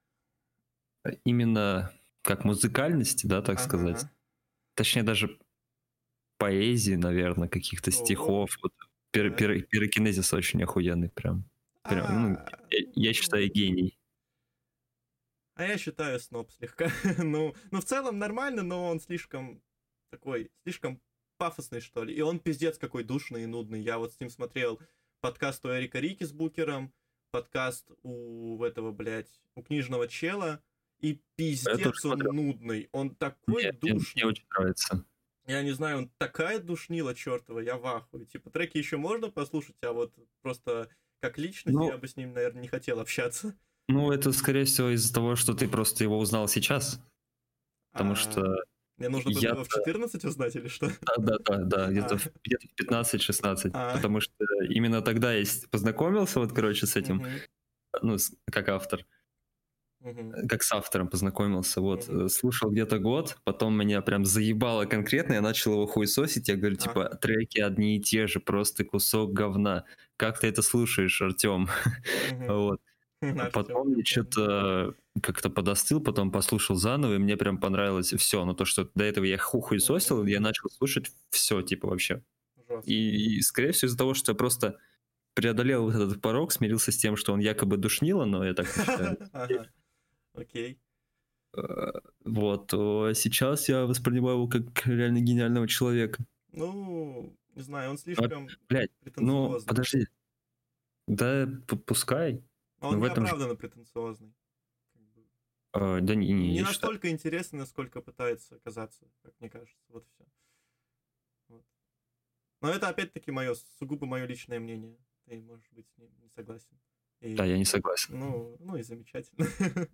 именно как музыкальности, да, так сказать, точнее даже поэзии, наверное, каких-то стихов, вот пирокинезис очень охуенный прям. Ну, я считаю, гений. А я считаю сноб слегка. Ну, в целом нормально, но он слишком пафосный, что ли. И он пиздец какой душный и нудный. Я вот с ним смотрел подкаст у Эрика Рики с Букером, подкаст у этого, блядь, у книжного чела. И пиздец он нудный. Он такой душный. Мне очень нравится. Я не знаю, он такая душнила чертова, я в ахуе. Типа, треки еще можно послушать, а вот просто как личность я бы с ним, наверное, не хотел общаться. Ну, это, скорее всего, из-за того, что ты просто его узнал сейчас. Потому что... Мне нужно было его в 14 узнать или что? Да, где-то в 15-16. Потому что именно тогда я познакомился, вот, короче, с этим, ну, как автор. Как с автором познакомился, вот, слушал где-то год, потом меня прям заебало конкретно, я начал его хуесосить, я говорю, типа, треки одни и те же, просто кусок говна, как ты это слушаешь, Артем? Вот. Потом я что-то как-то подостыл, потом послушал заново, и мне прям понравилось все, но то, что до этого я хуесосил, я начал слушать все, типа, вообще. И, скорее всего, из-за того, что я просто преодолел вот этот порог, смирился с тем, что он якобы душнило, но я так не считаю. Окей. Вот, сейчас я воспринимаю его как реально гениального человека. Ну, не знаю, он слишком претенциозный. Ну, подожди. Да, пускай. Он неоправданно претенциозный. Да не настолько интересный, насколько пытается казаться, как мне кажется. Вот все. Вот. Но это опять-таки сугубо мое личное мнение. Ты, может быть, с ним не согласен. Да, я не согласен. Ну и замечательно.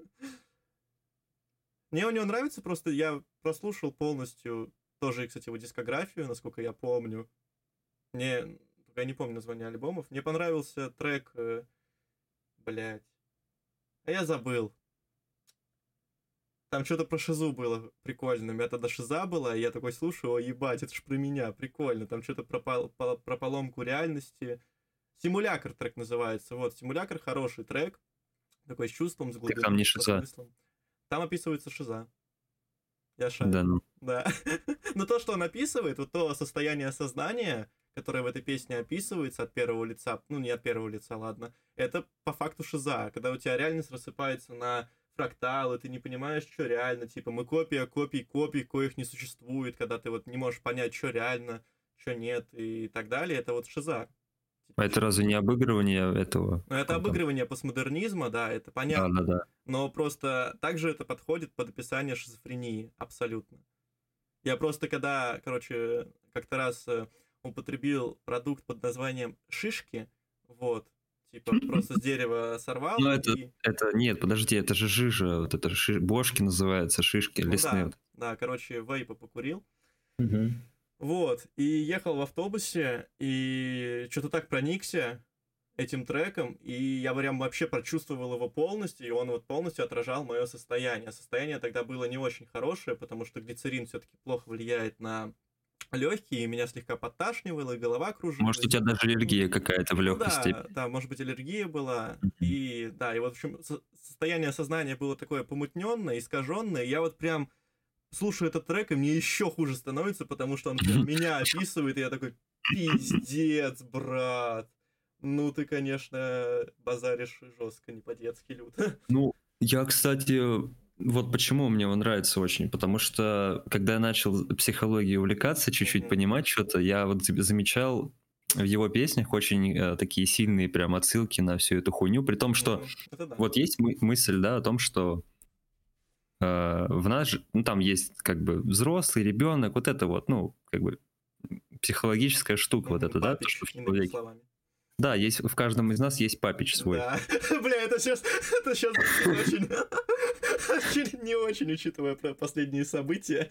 Мне у него нравится, просто я прослушал полностью тоже, кстати, его дискографию, насколько я помню. Я не помню название альбомов. Мне понравился трек, блядь. А я забыл. Там что-то про шизу было прикольно. У меня тогда шиза была, и я такой слушаю, о, ебать, это ж про меня, прикольно. Там что-то про поломку реальности. «Симулякр» трек называется. Вот, «Симулякр» хороший трек. Такой с чувством, с глубиной. Так там не шиза. Там описывается шиза. Я шарю. Да, ну. Да. Но то, что он описывает, вот то состояние сознания, которая в этой песне описывается от первого лица, ну, не от первого лица, ладно, это по факту шиза, когда у тебя реальность рассыпается на фракталы, ты не понимаешь, что реально, типа, мы копия копий, коих не существует, когда ты вот не можешь понять, что реально, что нет и так далее, это вот шиза. А это разве не обыгрывание этого? Ну, это обыгрывание постмодернизма, да, это понятно. Да. Но просто также это подходит под описание шизофрении, абсолютно. Я просто когда, короче, как-то раз употребил продукт под названием шишки, вот, типа просто с дерева сорвал. Ну, это, нет, подожди, это же жижа, вот это бошки называются, шишки, ну, лесные. Да, короче, вейпа покурил. Угу. Вот, и ехал в автобусе, и что-то так проникся этим треком, и я прям вообще прочувствовал его полностью, и он вот полностью отражал мое состояние. Состояние тогда было не очень хорошее, потому что глицерин все-таки плохо влияет на легкие, и меня слегка подташнивало, и голова кружилась. Может, у тебя даже аллергия какая-то в легкой степени. Да, может быть, аллергия была. И да, и вот, в общем, состояние сознания было такое помутненное, искаженное. Я вот прям слушаю этот трек, и мне еще хуже становится, потому что он прям меня описывает, и я такой, пиздец, брат. Ну, ты, конечно, базаришь жестко, не по-детски люто. Ну, я, кстати, вот почему мне он нравится очень, потому что, когда я начал психологией увлекаться, чуть-чуть понимать что-то, я вот замечал в его песнях очень такие сильные прям отсылки на всю эту хуйню, при том, что вот есть мысль, да, о том, что в нас же, ну, там есть как бы взрослый, ребенок, вот это вот, ну, как бы психологическая штука вот эта, да, то, что в человеке. Да, есть, в каждом из нас есть папич свой. Да, бля, это сейчас очень не очень, учитывая последние события.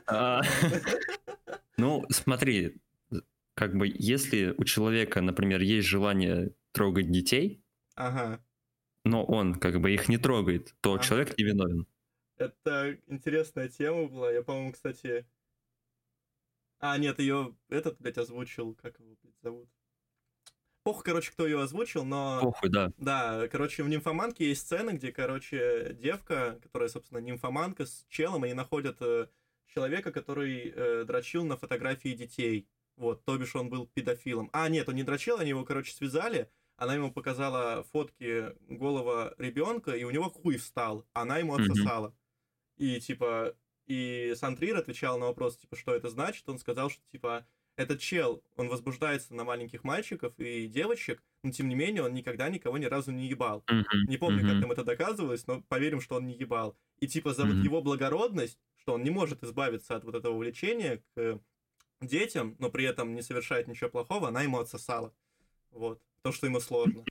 Ну, смотри, как бы если у человека, например, есть желание трогать детей, но он как бы их не трогает, то человек не виновен. Это интересная тема была. Я, по-моему, кстати... нет, ее этот, блядь, озвучил. Как его, блядь, зовут? Похуй, короче, кто ее озвучил, но... Похуй, да. Да, короче, в «Нимфоманке» есть сцена, где, короче, девка, которая, собственно, нимфоманка, с челом, они находят человека, который дрочил на фотографии детей. Вот, то бишь он был педофилом. Нет, он не дрочил, они его, короче, связали, она ему показала фотки голого ребенка, и у него хуй встал, она ему отсосала. И, типа, и Сантрир отвечал на вопрос, типа, что это значит, он сказал, что, типа, этот чел, он возбуждается на маленьких мальчиков и девочек, но, тем не менее, он никогда никого ни разу не ебал. Не помню, как им это доказывалось, но поверим, что он не ебал. И, типа, за вот его благородность, что он не может избавиться от вот этого влечения к детям, но при этом не совершает ничего плохого, она ему отсосала. Вот. То, что ему сложно.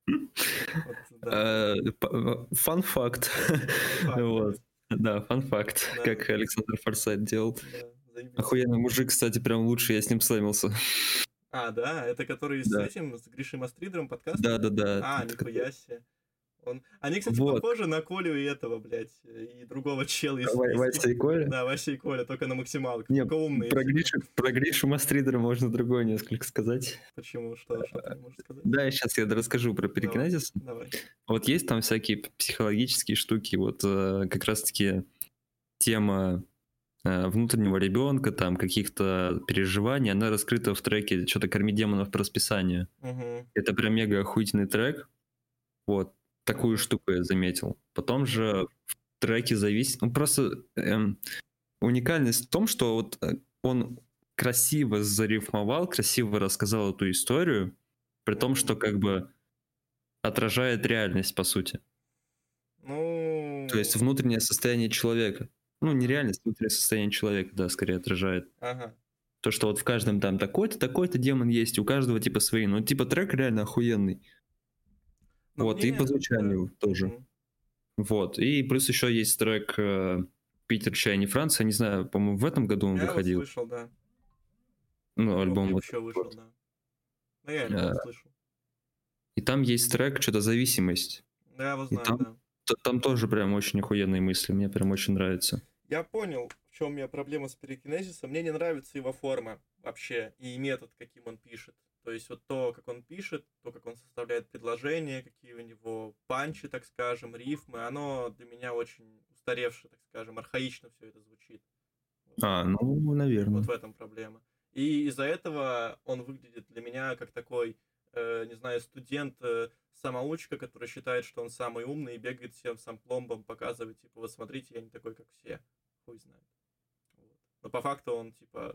Фан-факт. Да, фан-факт, как Александр Форсайт делал. Охуенный мужик, кстати, прям лучше, я с ним слэмился. Да? Это который с этим, с Гришей Мастридером подкаст? Да. Нихуя себе. Они, кстати, похожи на Колю и этого, блядь, и другого чела. Вася и Коля? Да, Вася и Коля, только на максималках. Нет, про Гришу Мастридера можно другое несколько сказать. Почему? Что ты не можешь сказать? Да, сейчас я расскажу про перикинезис. Давай. Вот есть там всякие психологические штуки, вот как раз-таки тема внутреннего ребенка, там каких-то переживаний, она раскрыта в треке «Что-то корми демонов по расписанию». Это прям мега охуительный трек. Вот. Такую штуку я заметил. Потом же в треке зависит... Ну, просто уникальность в том, что вот он красиво зарифмовал, красиво рассказал эту историю, при том, что как бы отражает реальность, по сути. То есть внутреннее состояние человека. Ну, не реальность, внутреннее состояние человека, да, скорее отражает. То, что вот в каждом там такой-то демон есть, у каждого типа свои. Ну, типа трек реально охуенный. Вот, и по звучанию тоже. Вот, и плюс еще есть трек «Питер, чай, не Франция». Не знаю, по-моему, в этом году он выходил. Я его слышал, да. Ну, альбом вот. Еще вышел, да. Но я его слышал. И там есть трек «Что-то зависимость». Да, я его знаю, да. Там тоже прям очень охуенные мысли, мне прям очень нравится. Я понял, в чем у меня проблема с перикинезисом. Мне не нравится его форма вообще и метод, каким он пишет. То есть вот то, как он пишет, то, как он составляет предложения, какие у него панчи, так скажем, рифмы, оно для меня очень устаревшее, так скажем, архаично все это звучит. Ну, наверное. Вот в этом проблема. И из-за этого он выглядит для меня как такой, не знаю, студент-самоучка, который считает, что он самый умный и бегает всем сам пломбом, показывает, типа, вот смотрите, я не такой, как все. Хуй знает. Вот. Но по факту он, типа,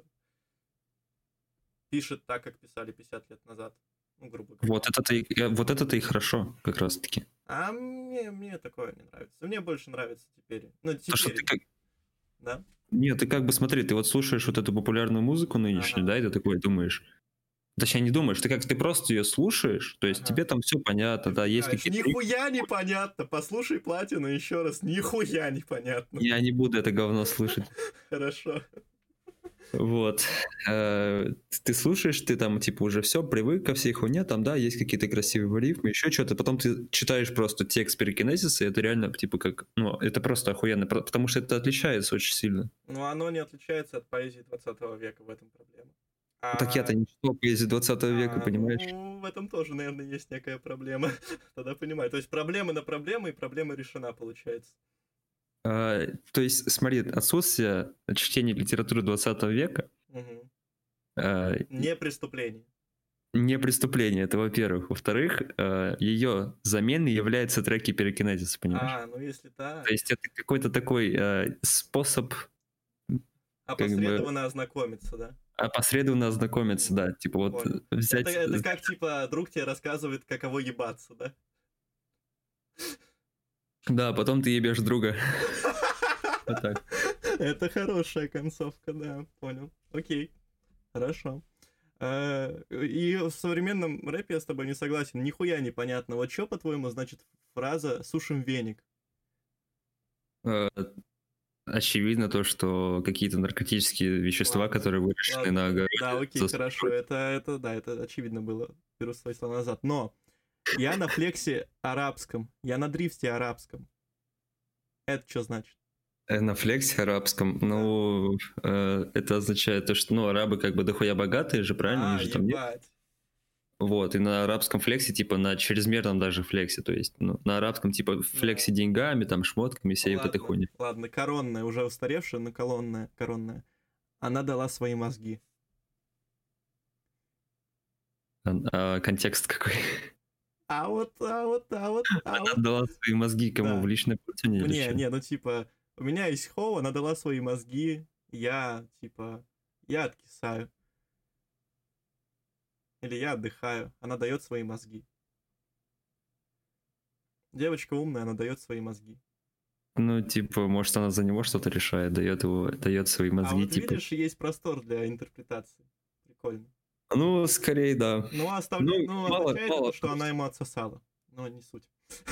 пишет так, как писали 50 лет назад. Ну, грубо говоря. Вот это-то и хорошо, как раз-таки. А мне такое не нравится. Мне больше нравится теперь. Ну, теперь. То, что ты как... Да? Нет, ты как бы смотри, ты вот слушаешь вот эту популярную музыку нынешнюю, да, и ты такой думаешь... Точнее, не думаешь, ты просто ее слушаешь, то есть тебе там все понятно, да, есть какие-то... Нихуя непонятно, послушай Платину еще раз, нихуя непонятно. Я не буду это говно слушать. Хорошо. Вот. Ты слушаешь, ты там, типа, уже все, привык ко всей хуйне, там, да, есть какие-то красивые рифмы, еще что-то, потом ты читаешь просто текст пирокинезиса, и это реально, типа, как, ну, это просто охуенно, потому что это отличается очень сильно. Но оно не отличается от поэзии 20 века, в этом проблема. Так я-то не читал поэзию 20 века, понимаешь? Ну, в этом тоже, наверное, есть некая проблема. Тогда понимаю. То есть проблемы на проблемы, и проблема решена, получается. То есть, смотри, отсутствие чтения литературы 20 века... Не преступление. Не преступление, это во-первых. Во-вторых, ее заменой являются треки пирокинезиса, понимаешь? Ну если так. То есть это какой-то такой способ... Опосредованно ознакомиться, да? Опосредованно ознакомиться, да. Типа вот Понял. взять... Это как, типа, друг тебе рассказывает, каково ебаться, да? Да, потом ты ебешь друга. Вот так. Это хорошая концовка, да, понял. Окей, хорошо. И в современном рэпе я с тобой не согласен. Нихуя непонятно. Вот что, по-твоему, значит фраза «сушим веник»? Очевидно то, что какие-то наркотические вещества, которые выращены на огороде... Да, окей, хорошо. Это очевидно было. Беру свои слова назад. Но я на флексе арабском, я на дрифте арабском. Это что значит? На флексе арабском, ну, это означает то, что, ну, арабы как бы дохуя богатые же, правильно? Они же там ебать. Вот, и на арабском флексе, типа, на чрезмерном даже флексе, то есть, ну, на арабском, типа, флексе деньгами, там, шмотками, всей вот этой хуйни. Ладно, коронная, уже устаревшая, но коронная. Она дала свои мозги. Контекст какой? Она дала свои мозги кому? В личной пользование? Не, ну, типа, у меня есть хоу, она дала свои мозги, я откисаю. Или я отдыхаю, она дает свои мозги. Девочка умная, она дает свои мозги. Ну, типа, может, она за него что-то решает, дает свои мозги, вот типа... видишь, есть простор для интерпретации. Прикольно. Ну, скорее, да. Означает, что она ему отсосала. Но не суть.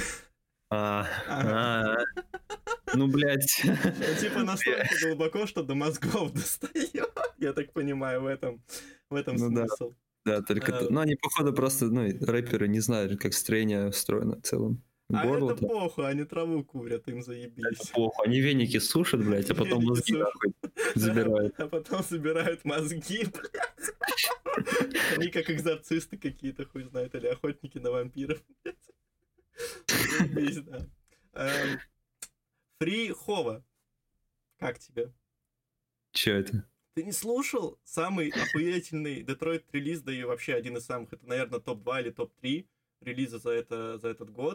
Ну, блядь. Типа настолько глубоко, что до мозгов достает. Я так понимаю, в этом смысл. Да, только... Ну, они, походу, просто, ну, рэперы не знают, как строение устроено в целом. Это похуй, они траву курят, им заебись. Это похуй, они веники сушат, блядь, а потом мозги нахуй забирают. А потом собирают мозги, блядь. Они как экзорцисты какие-то, хуй знает, или охотники на вампиров, блядь. Заебись, да. Фри Хова. Как тебе? Чё это? Ты не слушал самый охуительный Детройт релиз, да и вообще один из самых, это, наверное, топ-2 или топ-3 релиза за этот год.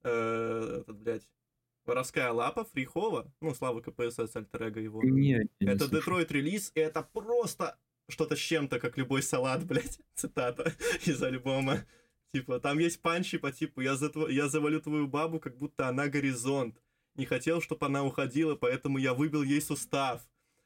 Воровская лапа, Фрихова, ну, Слава КПСС, альтер-эго его. Это Детройт релиз, и это просто что-то с чем-то, как любой салат, блядь, цитата из альбома. Типа, там есть панчи по типу «Я завалю твою бабу, как будто она горизонт. Не хотел, чтобы она уходила, поэтому я выбил ей сустав».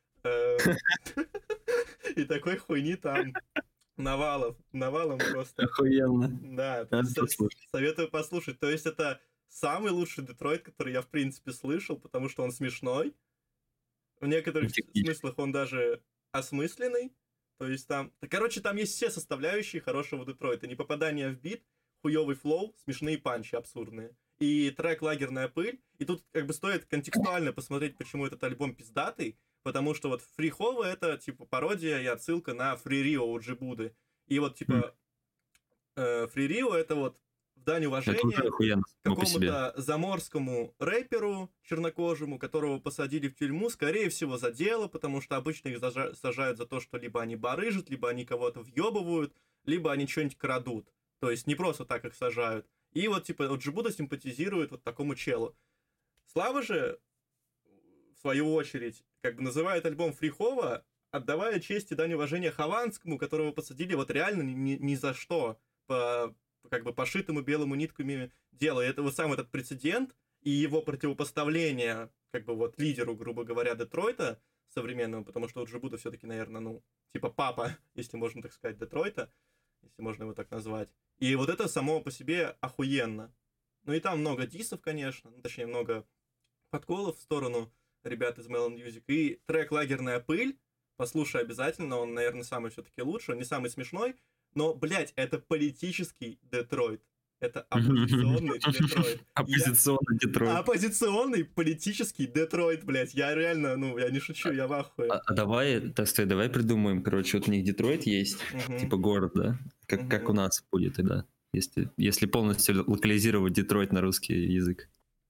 И такой хуйни там навалом просто. Охуенно. Да, советую послушать. То есть это самый лучший Детройт, который я в принципе слышал, потому что он смешной. В некоторых смыслах он даже осмысленный. То есть там... Короче, там есть все составляющие хорошего Детройта. Непопадание в бит, хуёвый флоу, смешные панчи абсурдные. И трек «Лагерная пыль». И тут как бы стоит контекстуально посмотреть, почему этот альбом пиздатый. Потому что вот Free Hova — это типа пародия и отсылка на Free Rio у Джибуды. И вот типа Free Rio — это вот дань Это уже уважения охуенно само по себе. какому-то заморскому рэперу чернокожему, которого посадили в тюрьму, скорее всего, за дело, потому что обычно их сажают за то, что либо они барыжат, либо они кого-то въебывают, либо они что-нибудь крадут. То есть не просто так их сажают. И вот, типа, вот Джибуда симпатизирует вот такому челу. Слава же, в свою очередь, как бы называет альбом Фрихова, отдавая честь и дань уважения Хованскому, которого посадили вот реально ни за что, по как бы пошитому белому нитками делу. И это вот сам этот прецедент и его противопоставление, как бы вот лидеру, грубо говоря, Детройта современному, потому что вот Джибуда все-таки, наверное, ну, типа папа, если можно так сказать, Детройта, если можно его так назвать. И вот это само по себе охуенно. Ну и там много дисов, конечно, ну, точнее, много подколов в сторону ребят из Melon Music. И трек «Лагерная пыль», послушай обязательно, он, наверное, самый все-таки лучший, он не самый смешной, но, блядь, это политический Детройт. Это оппозиционный Детройт. Оппозиционный Детройт. Оппозиционный политический Детройт, блядь. Я реально, ну, я не шучу, я в ахуе. А давай придумаем, короче, вот у них Детройт есть, типа город, да? Как у нас будет тогда, если полностью локализировать Детройт на русский язык.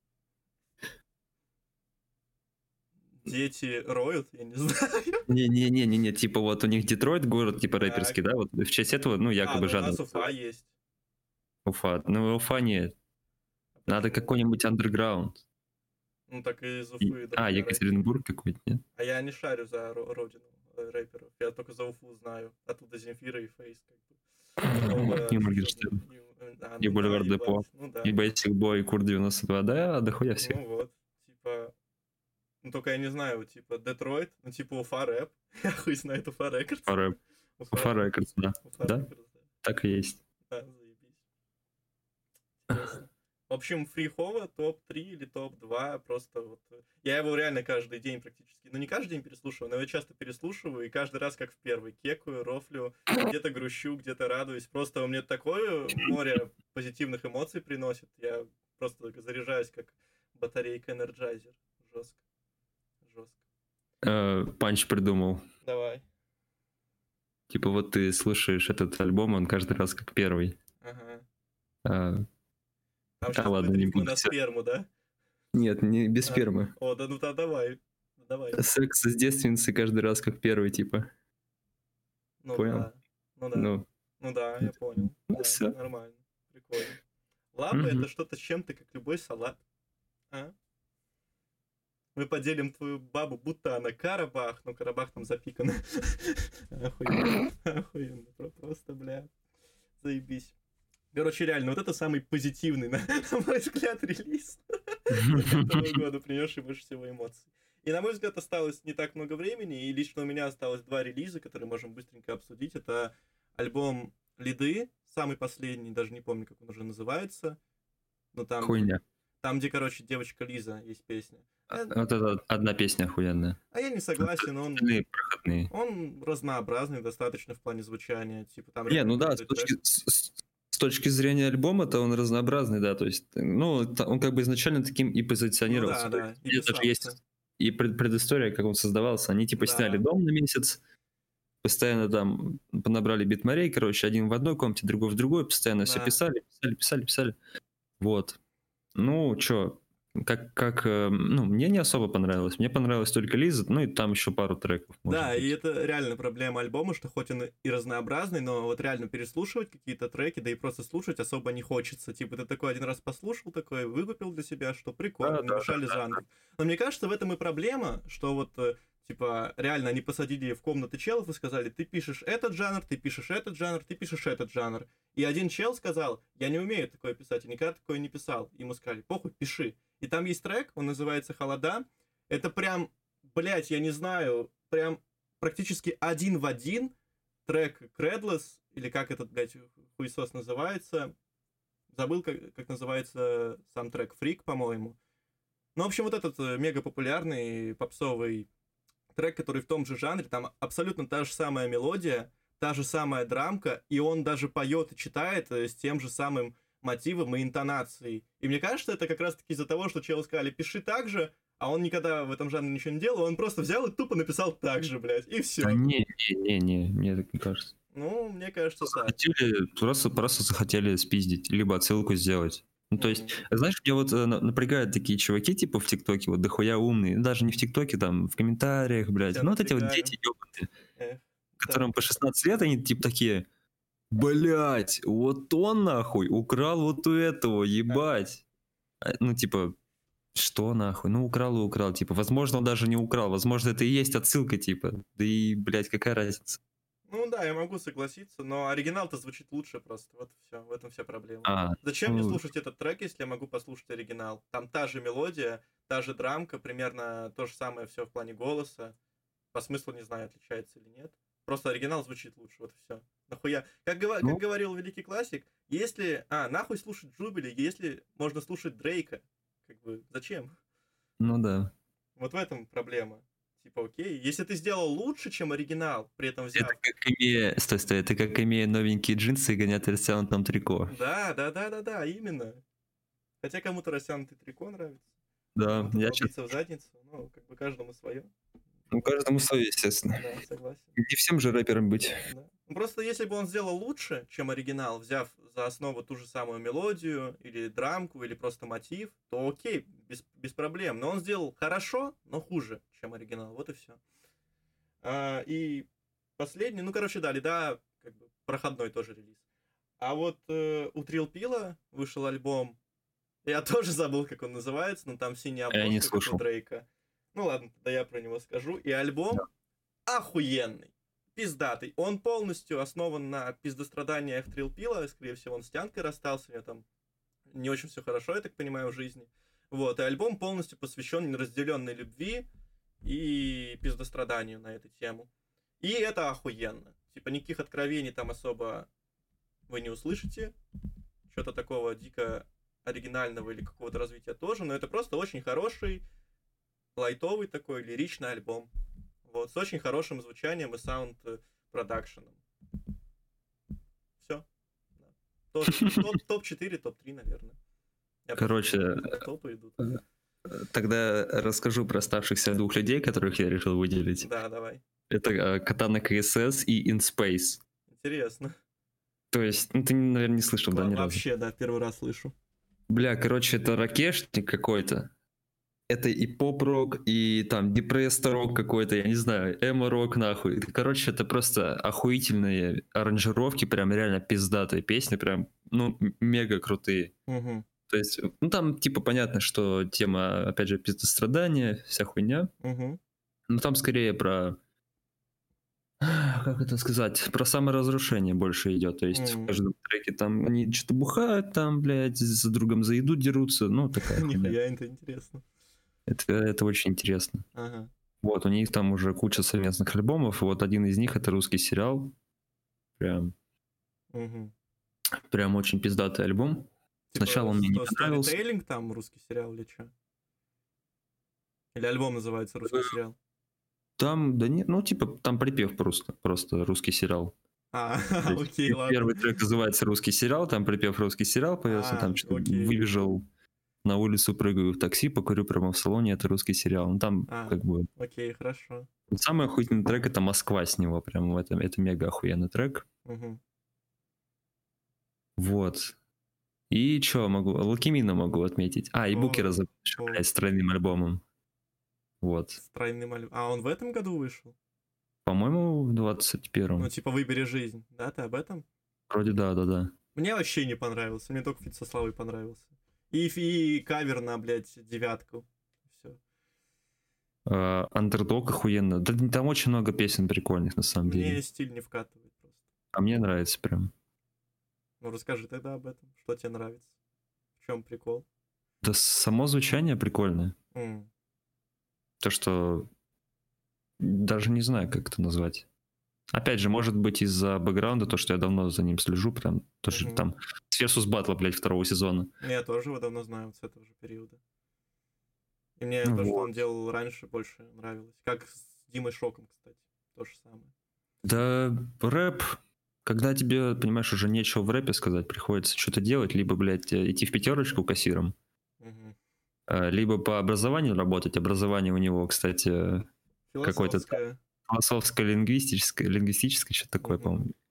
Дети роют, я не знаю. Не, типа вот у них Детройт город, типа рэперский, да? Вот в честь этого, ну, якобы жанр. У нас Уфа есть. Уфа. Ну, Уфа нет. Надо какой-нибудь андерграунд. Ну, так и из Уфы. Екатеринбург какой-то, нет? А я не шарю за родину рэперов. Я только за Уфу знаю. Оттуда Земфира и Фейс, как бы. И Моргенштерн. И Бульвар Депо. И Basic Boy, и Кур 92. Да, дохуя всех. Ну вот, типа... Ну, только я не знаю, типа, Детройт, ну, типа, Уфа рэп. Я хуй знает, Уфа Рекордс. Уфа Рекордс, да. Да, так и есть. Да, заебись. Интересно. В общем, Фрихова топ-3 или топ-2, просто вот... Я его реально каждый день практически, ну, не каждый день переслушиваю, но я часто переслушиваю, и каждый раз как в первый. Кекаю, рофлю, где-то грущу, где-то радуюсь. Просто у меня такое море позитивных эмоций приносит. Я просто заряжаюсь, как батарейка Energizer. Жестко. Панч придумал. Давай. Типа вот ты слушаешь этот альбом, он каждый раз как первый. Ага. Ладно, не буду. На сперму, да? Нет, не без спермы. О, да ну давай. Секс с девственницей каждый раз как первый, типа. Ну, понял? Да. Ну да, я понял. Ну, да, все. Нормально. Прикольно. Лапа это что-то с чем-то, как любой салат. А? Мы поделим твою бабу, будто она Карабах, но Карабах там запикан. Охуенно. Просто, бля, заебись. Короче, реально, вот это самый позитивный, на мой взгляд, релиз этого года, принесший больше всего эмоций. И, на мой взгляд, осталось не так много времени, и лично у меня осталось 2 релиза, которые можем быстренько обсудить. Это альбом «Лиды», самый последний, даже не помню, как он уже называется. Но там, Хуйня. Там, где, короче, девочка Лиза, есть песня. Вот это одна песня охуенная. А я не согласен, он разнообразный достаточно в плане звучания. Типа, там ну да, с точки зрения альбома-то он разнообразный, да, то есть, ну, он как бы изначально таким и позиционировался. Ну, да, и даже есть и предыстория, как он создавался. Они типа сняли дом на месяц, постоянно там понабрали битмарей, короче, один в одной комнате, другой в другой, постоянно все писали. Вот. Ну, чё, ну, мне не особо понравилось. Мне понравилась только Лиза, ну и там еще пару треков. Да, и это реально проблема альбома, что хоть он и разнообразный, но вот реально переслушивать какие-то треки, да и просто слушать особо не хочется. Типа ты такой один раз послушал, такой выкупил для себя, что прикольно, намешали жанры. Но мне кажется, в этом и проблема, что вот типа реально они посадили в комнаты челов и сказали, ты пишешь этот жанр, ты пишешь этот жанр, ты пишешь этот жанр. И один чел сказал, я не умею такое писать, я никогда такое не писал. Ему сказали, похуй, пиши. И там есть трек, он называется «Холода». Это прям, блять, я не знаю, прям практически один в один трек Cradless, или как этот, блять, хуесос называется. Забыл, как называется сам трек, Freak, по-моему. Ну, в общем, вот этот мега популярный попсовый трек, который в том же жанре, там абсолютно та же самая мелодия, та же самая драмка, и он даже поет и читает с тем же самым мотивом и интонацией. И мне кажется, это как раз-таки из-за того, что челы сказали, пиши так же, а он никогда в этом жанре ничего не делал, он просто взял и тупо написал так же, блядь, и все. Да не, мне так не кажется. Ну, мне кажется, так. Захотели, просто захотели спиздить, либо отсылку сделать. Ну, то есть, знаешь, меня вот напрягают такие чуваки, типа, в ТикТоке, вот дохуя умные, даже не в ТикТоке, там, в комментариях, блядь, Тебя ну, вот эти вот напрягаю. дети ёбаные, Да. которым по 16 лет, они, типа, такие, блядь, вот он, нахуй, украл вот у этого, ебать. Ну, типа, что, нахуй, ну, украл и украл, типа, возможно, он даже не украл, возможно, это и есть отсылка, типа, да и, блядь, какая разница. Ну да, я могу согласиться, но оригинал-то звучит лучше просто. Вот все, в этом вся проблема. А, Зачем мне ну, слушать этот трек, если я могу послушать оригинал? Там та же мелодия, та же драмка, примерно то же самое все в плане голоса. По смыслу не знаю, отличается или нет. Просто оригинал звучит лучше, вот и все. Нахуя? Как ну, говорил великий классик, если... нахуй слушать Джубили, если можно слушать Дрейка. Как бы, зачем? ну да. Вот в этом проблема. Типа, окей, если ты сделал лучше, чем оригинал, при этом Это взяв... как имея, стой, это как имея новенькие джинсы и гонять растянутом трико. Да, именно. Хотя кому-то растянутый трико нравится, Да, кому-то я долбиться в задницу. Ну, как бы каждому свое. ну, каждому свое, естественно. Да, согласен. Не всем же рэпером быть. Да. Ну, просто если бы он сделал лучше, чем оригинал, взяв за основу ту же самую мелодию, или драмку, или просто мотив, то окей, без проблем. Но он сделал хорошо, но хуже, чем оригинал. Вот и все. И последний, ну, короче, да, Лида, как бы, проходной тоже релиз. А вот у Трил Пила вышел альбом, я тоже забыл, как он называется, но там синяя Я не обложка, как у слушал. Дрейка. Ну ладно, тогда я про него скажу. И альбом охуенный, пиздатый. Он полностью основан на пиздостраданиях Трил Пила, скорее всего, он с Тянкой расстался, у него там не очень все хорошо, я так понимаю, в жизни. Вот, и альбом полностью посвящен неразделенной любви и пиздостраданию на эту тему. И это охуенно. Типа никаких откровений там особо вы не услышите. Что-то такого дико оригинального или какого-то развития тоже, но это просто очень хороший, лайтовый такой, лиричный альбом. Вот, с очень хорошим звучанием и саунд-продакшеном. Все. Топ-4, топ-3, наверное. Короче, топы идут. Тогда расскажу про оставшихся двух людей, которых я решил выделить. Да, давай. Это Катана КСС и In Space. Интересно. То есть, ну ты, наверное, не слышал, да, ни разу? Вообще, да, первый раз слышу. Бля, короче, это ракешник какой-то. Это и поп-рок, и там депресс-рок какой-то, я не знаю, эмо-рок нахуй. Короче, это просто охуительные аранжировки, прям реально пиздатые песни, прям, ну, мега крутые. Угу. То есть, ну там типа понятно, что тема, опять же, пиздострадания, вся хуйня. Угу. Но там скорее про, как это сказать, про саморазрушение больше идет. То есть в каждом треке там они что-то бухают, там, блядь, за другом за еду дерутся, ну, такая хуйня. Нихуя, это интересно. Это очень интересно. Ага. Вот, у них там уже куча совместных альбомов, вот один из них — это русский сериал. Прям очень пиздатый альбом. Типа, сначала он мне не понравился. Storytelling там русский сериал или что? Или альбом называется русский сериал? Там, да нет, ну типа там припев просто русский сериал. Окей, ладно. Первый трек называется «Русский сериал», там припев «Русский сериал» появился, там что-то выбежал на улицу, прыгаю в такси, покурю прямо в салоне, это русский сериал. Ну там как бы... Окей, хорошо. Самый охуительный трек — это «Москва» с него, прям это мега охуенный трек. Вот. И что могу? Лакимина могу отметить. И Букера с тройным альбомом. Вот. С тройным альбомом. Он в этом году вышел? По-моему, в 21-м. Ну, типа «Выбери жизнь». Да, ты об этом? Вроде да. Мне вообще не понравился. Мне только фит со Славой понравился. И кавер на, блядь, 9. Все. Андердог охуенно. Да, там очень много песен прикольных, на самом деле. Мне стиль не вкатывает просто. А мне нравится прям. Ну, расскажи тогда об этом. Что тебе нравится? В чем прикол? Да само звучание прикольное. То, что... Даже не знаю, как это назвать. Опять же, может быть, из-за бэкграунда, то, что я давно за ним слежу, прям тоже там с Versus Battle, блядь, 2-го сезона. Я тоже его давно знаю, вот с этого же периода. И мне то, что он делал раньше, больше нравилось. Как с Димой Шоком, кстати. То же самое. Да, рэп, когда тебе, понимаешь, уже нечего в рэпе сказать, приходится что-то делать, либо, блядь, идти в пятерочку кассиром, либо по образованию работать. Образование у него, кстати, какое-то философско-лингвистическое, что-то такое, по-моему.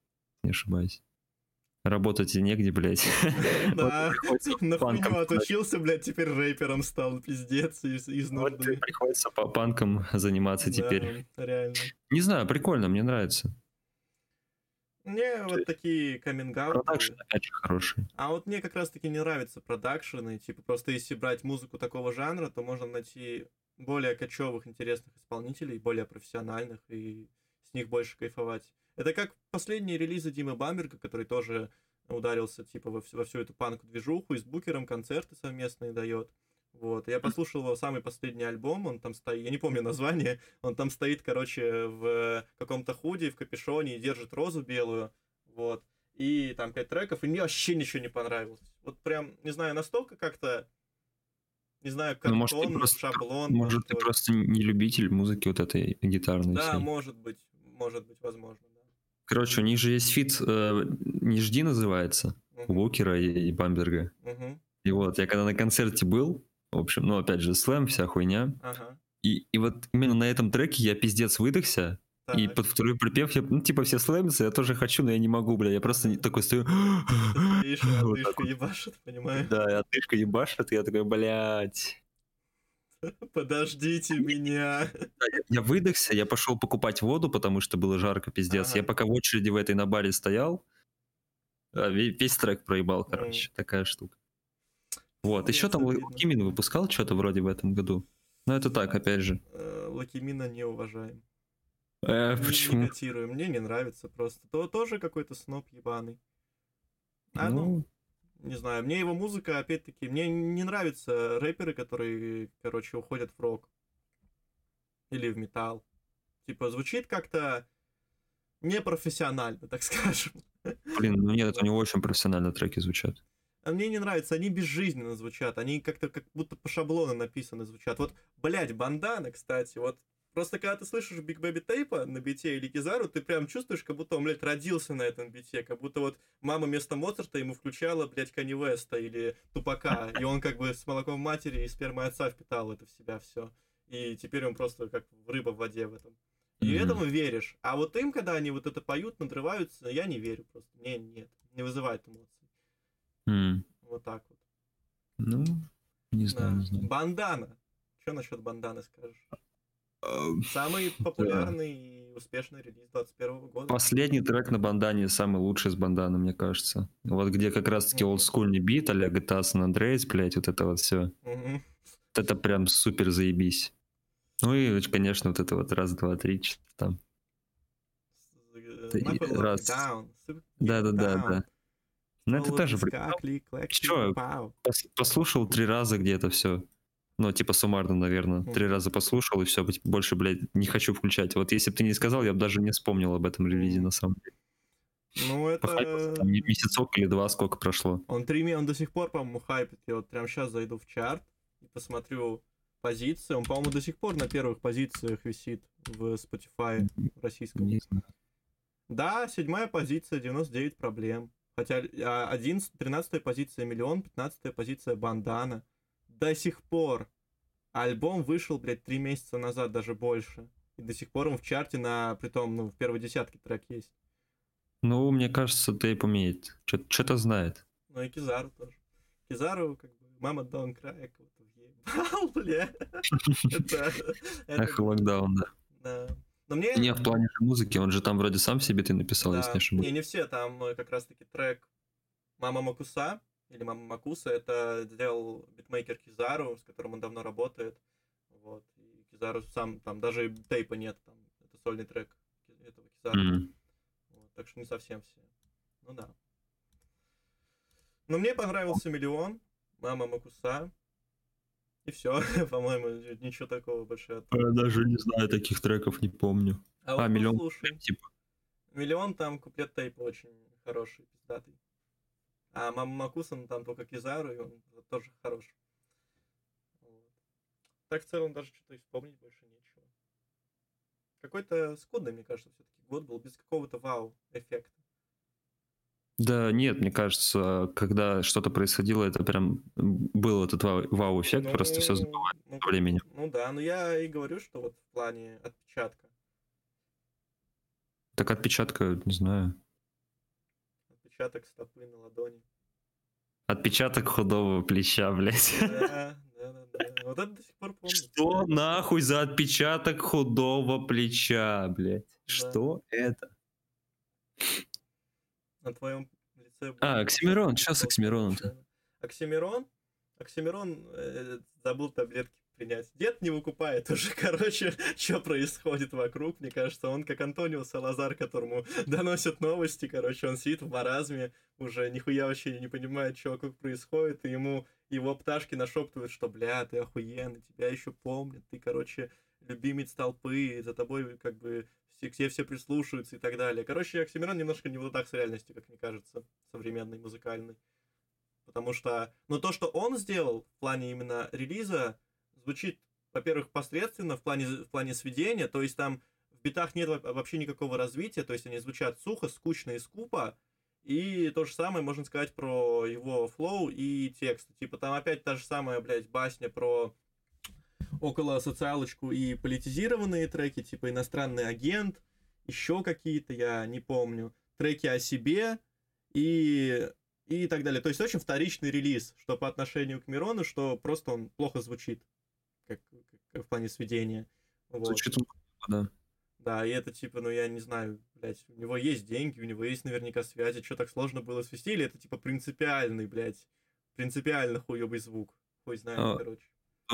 не ошибаюсь. Работать и негде, блядь. Да, на хуйню отучился, блядь, теперь рэпером стал, пиздец, из Вот нужды. приходится по панкам заниматься теперь. Да, реально. Не знаю, прикольно, мне нравится. Мне вот такие каминг-ауты. Продакшн опять же хороший. А вот мне как раз-таки не нравятся продакшены. Типа, просто если брать музыку такого жанра, то можно найти более кочевых, интересных исполнителей, более профессиональных, и с них больше кайфовать. Это как последние релизы Димы Бамберга, который тоже ударился типа во всю эту панк-движуху, и с Букером концерты совместные дает. Вот. Я послушал его самый последний альбом, он там стоит, я не помню название, он там стоит, короче, в каком-то худи, в капюшоне и держит розу белую. Вот. И там 5 треков, и мне вообще ничего не понравилось. Вот прям, не знаю, настолько как-то, не знаю, Ну, может, ты картон, просто, шаблон. может, ты просто не любитель музыки вот этой гитарной Да, всей. может быть, возможно, да. Короче, у них же есть фит, «Не жди» называется, у Букера и Бамберга. И вот, я когда на концерте был, в общем, ну, опять же, слэм, вся хуйня, и вот именно на этом треке я пиздец выдохся, и под второй припев, я, ну, типа, все слэмятся, я тоже хочу, но я не могу, бля, я просто такой стою. Видишь, отдышка ебашит, понимаешь? Да, и отдышка ебашит, и я такой, блядь. Подождите меня. Я выдохся, я пошел покупать воду, потому что было жарко, пиздец. Я пока в очереди в этой на баре стоял, весь трек проебал, короче, такая штука. Вот, еще там Лакимин выпускал что-то вроде в этом году. Но это так, опять же. Лакимина не уважаем. Почему? Не котируем, мне не нравится просто. Тоже какой-то сноб ебаный. Не знаю, мне его музыка, опять-таки, мне не нравятся рэперы, которые, короче, уходят в рок. Или в металл. Типа, звучит как-то непрофессионально, так скажем. Блин, ну нет, у него очень профессионально треки звучат. А мне не нравится, они безжизненно звучат, они как-то как будто по шаблону написаны звучат. Вот, блядь, Бандана, кстати, вот просто когда ты слышишь Big Baby Tape на бите или Кизару, ты прям чувствуешь, как будто он, блядь, родился на этом бите, как будто вот мама вместо Моцарта ему включала, блядь, Канни Веста или Тупака, и он как бы с молоком матери и спермой отца впитал это в себя все. И теперь он просто как рыба в воде в этом. И этому веришь. А вот им, когда они вот это поют, надрываются, я не верю просто. Мне нет, не вызывает эмоций. Вот так вот. Ну, не знаю, не знаю. Бандана. Что насчет Банданы скажешь? Самый популярный и успешный релиз 2021 года. Последний трек на Бандане самый лучший с Банданы, мне кажется. Вот где как раз-таки олдскульный бит, а-ля GTA San Andreas, блядь, вот это вот все. Вот это прям супер заебись. Ну и, конечно, вот это вот раз, два, три, там. Раз. Да. Ну это тоже прикольно. Чё, послушал 3 раза где-то все. Ну, типа суммарно, наверное. 3 раза послушал, и все, больше, блядь, не хочу включать. Вот если бы ты не сказал, я бы даже не вспомнил об этом релизе, на самом деле. Ну, это... Там месяцок или 2 сколько прошло. Он до сих пор, по-моему, хайпит. Я вот прям сейчас зайду в чарт и посмотрю позиции. Он, по-моему, до сих пор на первых позициях висит в Spotify российском. Да, 7-я позиция, 99 проблем. Хотя 13-я позиция Миллион, 15-я позиция Бандана. До сих пор. Альбом вышел, блядь, 3 месяца назад, даже больше. И до сих пор он в чарте притом, в первой десятке трек есть. Ну, мне кажется, Тейп умеет. Что-то знает. Ну и Кизару тоже. Кизару, как бы, мама Don't Cry, кого-то въебал, бля. Эх, локдаун, да. Но мне... Не, в плане музыки, он же там вроде сам себе ты написал, если не ошибаюсь. Не все, там как раз-таки трек Мама Макуса, или Мама Макуса, это сделал битмейкер Кизару, с которым он давно работает. Вот. И Кизару сам, там даже тейпа нет, там, это сольный трек этого Кизару. Вот. Так что не совсем все. Ну да. Но мне понравился Миллион, Мама Макуса. И все, по-моему, ничего такого больше. Я даже не знаю, таких треков не помню. Вот Миллион, типа. Миллион, там куплет тейпа очень хороший, пиздатый. А Мама Макуса, там только Кизару, и он тоже хорош. Вот. Так в целом даже что-то и вспомнить больше нечего. Какой-то скудный, мне кажется, все-таки год был, без какого-то вау-эффекта. Да, нет, мне кажется, когда что-то происходило, это прям был этот вау-эффект, просто все забывает со временем. Ну да, но я и говорю, что вот в плане отпечатка. Так отпечатка, не знаю. отпечаток стопы на ладони. Отпечаток худого плеча, блядь. Да. Вот это до сих пор помню. Что нахуй за отпечаток худого плеча, блядь? Да. Что это? На твоем лице... Оксимирон. Сейчас Оксимирон-то. Оксимирон забыл таблетки принять. Дед не выкупает уже, короче, что происходит вокруг. Мне кажется, он как Антонио Салазар, которому доносят новости, короче, он сидит в маразме, уже нихуя вообще не понимает, что вокруг происходит, и ему его пташки нашептывают, что, бля, ты охуенный, тебя еще помнят, ты, короче, любимец толпы, за тобой, как бы, все прислушиваются и так далее. Короче, Оксимирон немножко не в ладах с реальностью, как мне кажется, современной, музыкальной. Потому что, ну, то, что он сделал в плане именно релиза, звучит, во-первых, посредственно в плане сведения, то есть там в битах нет вообще никакого развития, то есть они звучат сухо, скучно и скупо, и то же самое можно сказать про его флоу и текст. Типа там опять та же самая, блядь, басня про около социалочку и политизированные треки, типа «Иностранный агент», еще какие-то, я не помню, треки о себе и так далее. То есть очень вторичный релиз, что по отношению к Мирону, что просто он плохо звучит, как в плане сведения. Вот. Звучит, да. Да, и это типа, ну я не знаю, блядь, у него есть деньги, у него есть наверняка связи, что так сложно было свести, или это типа принципиальный, блядь, принципиально хуёвый звук. Хуй знает, короче.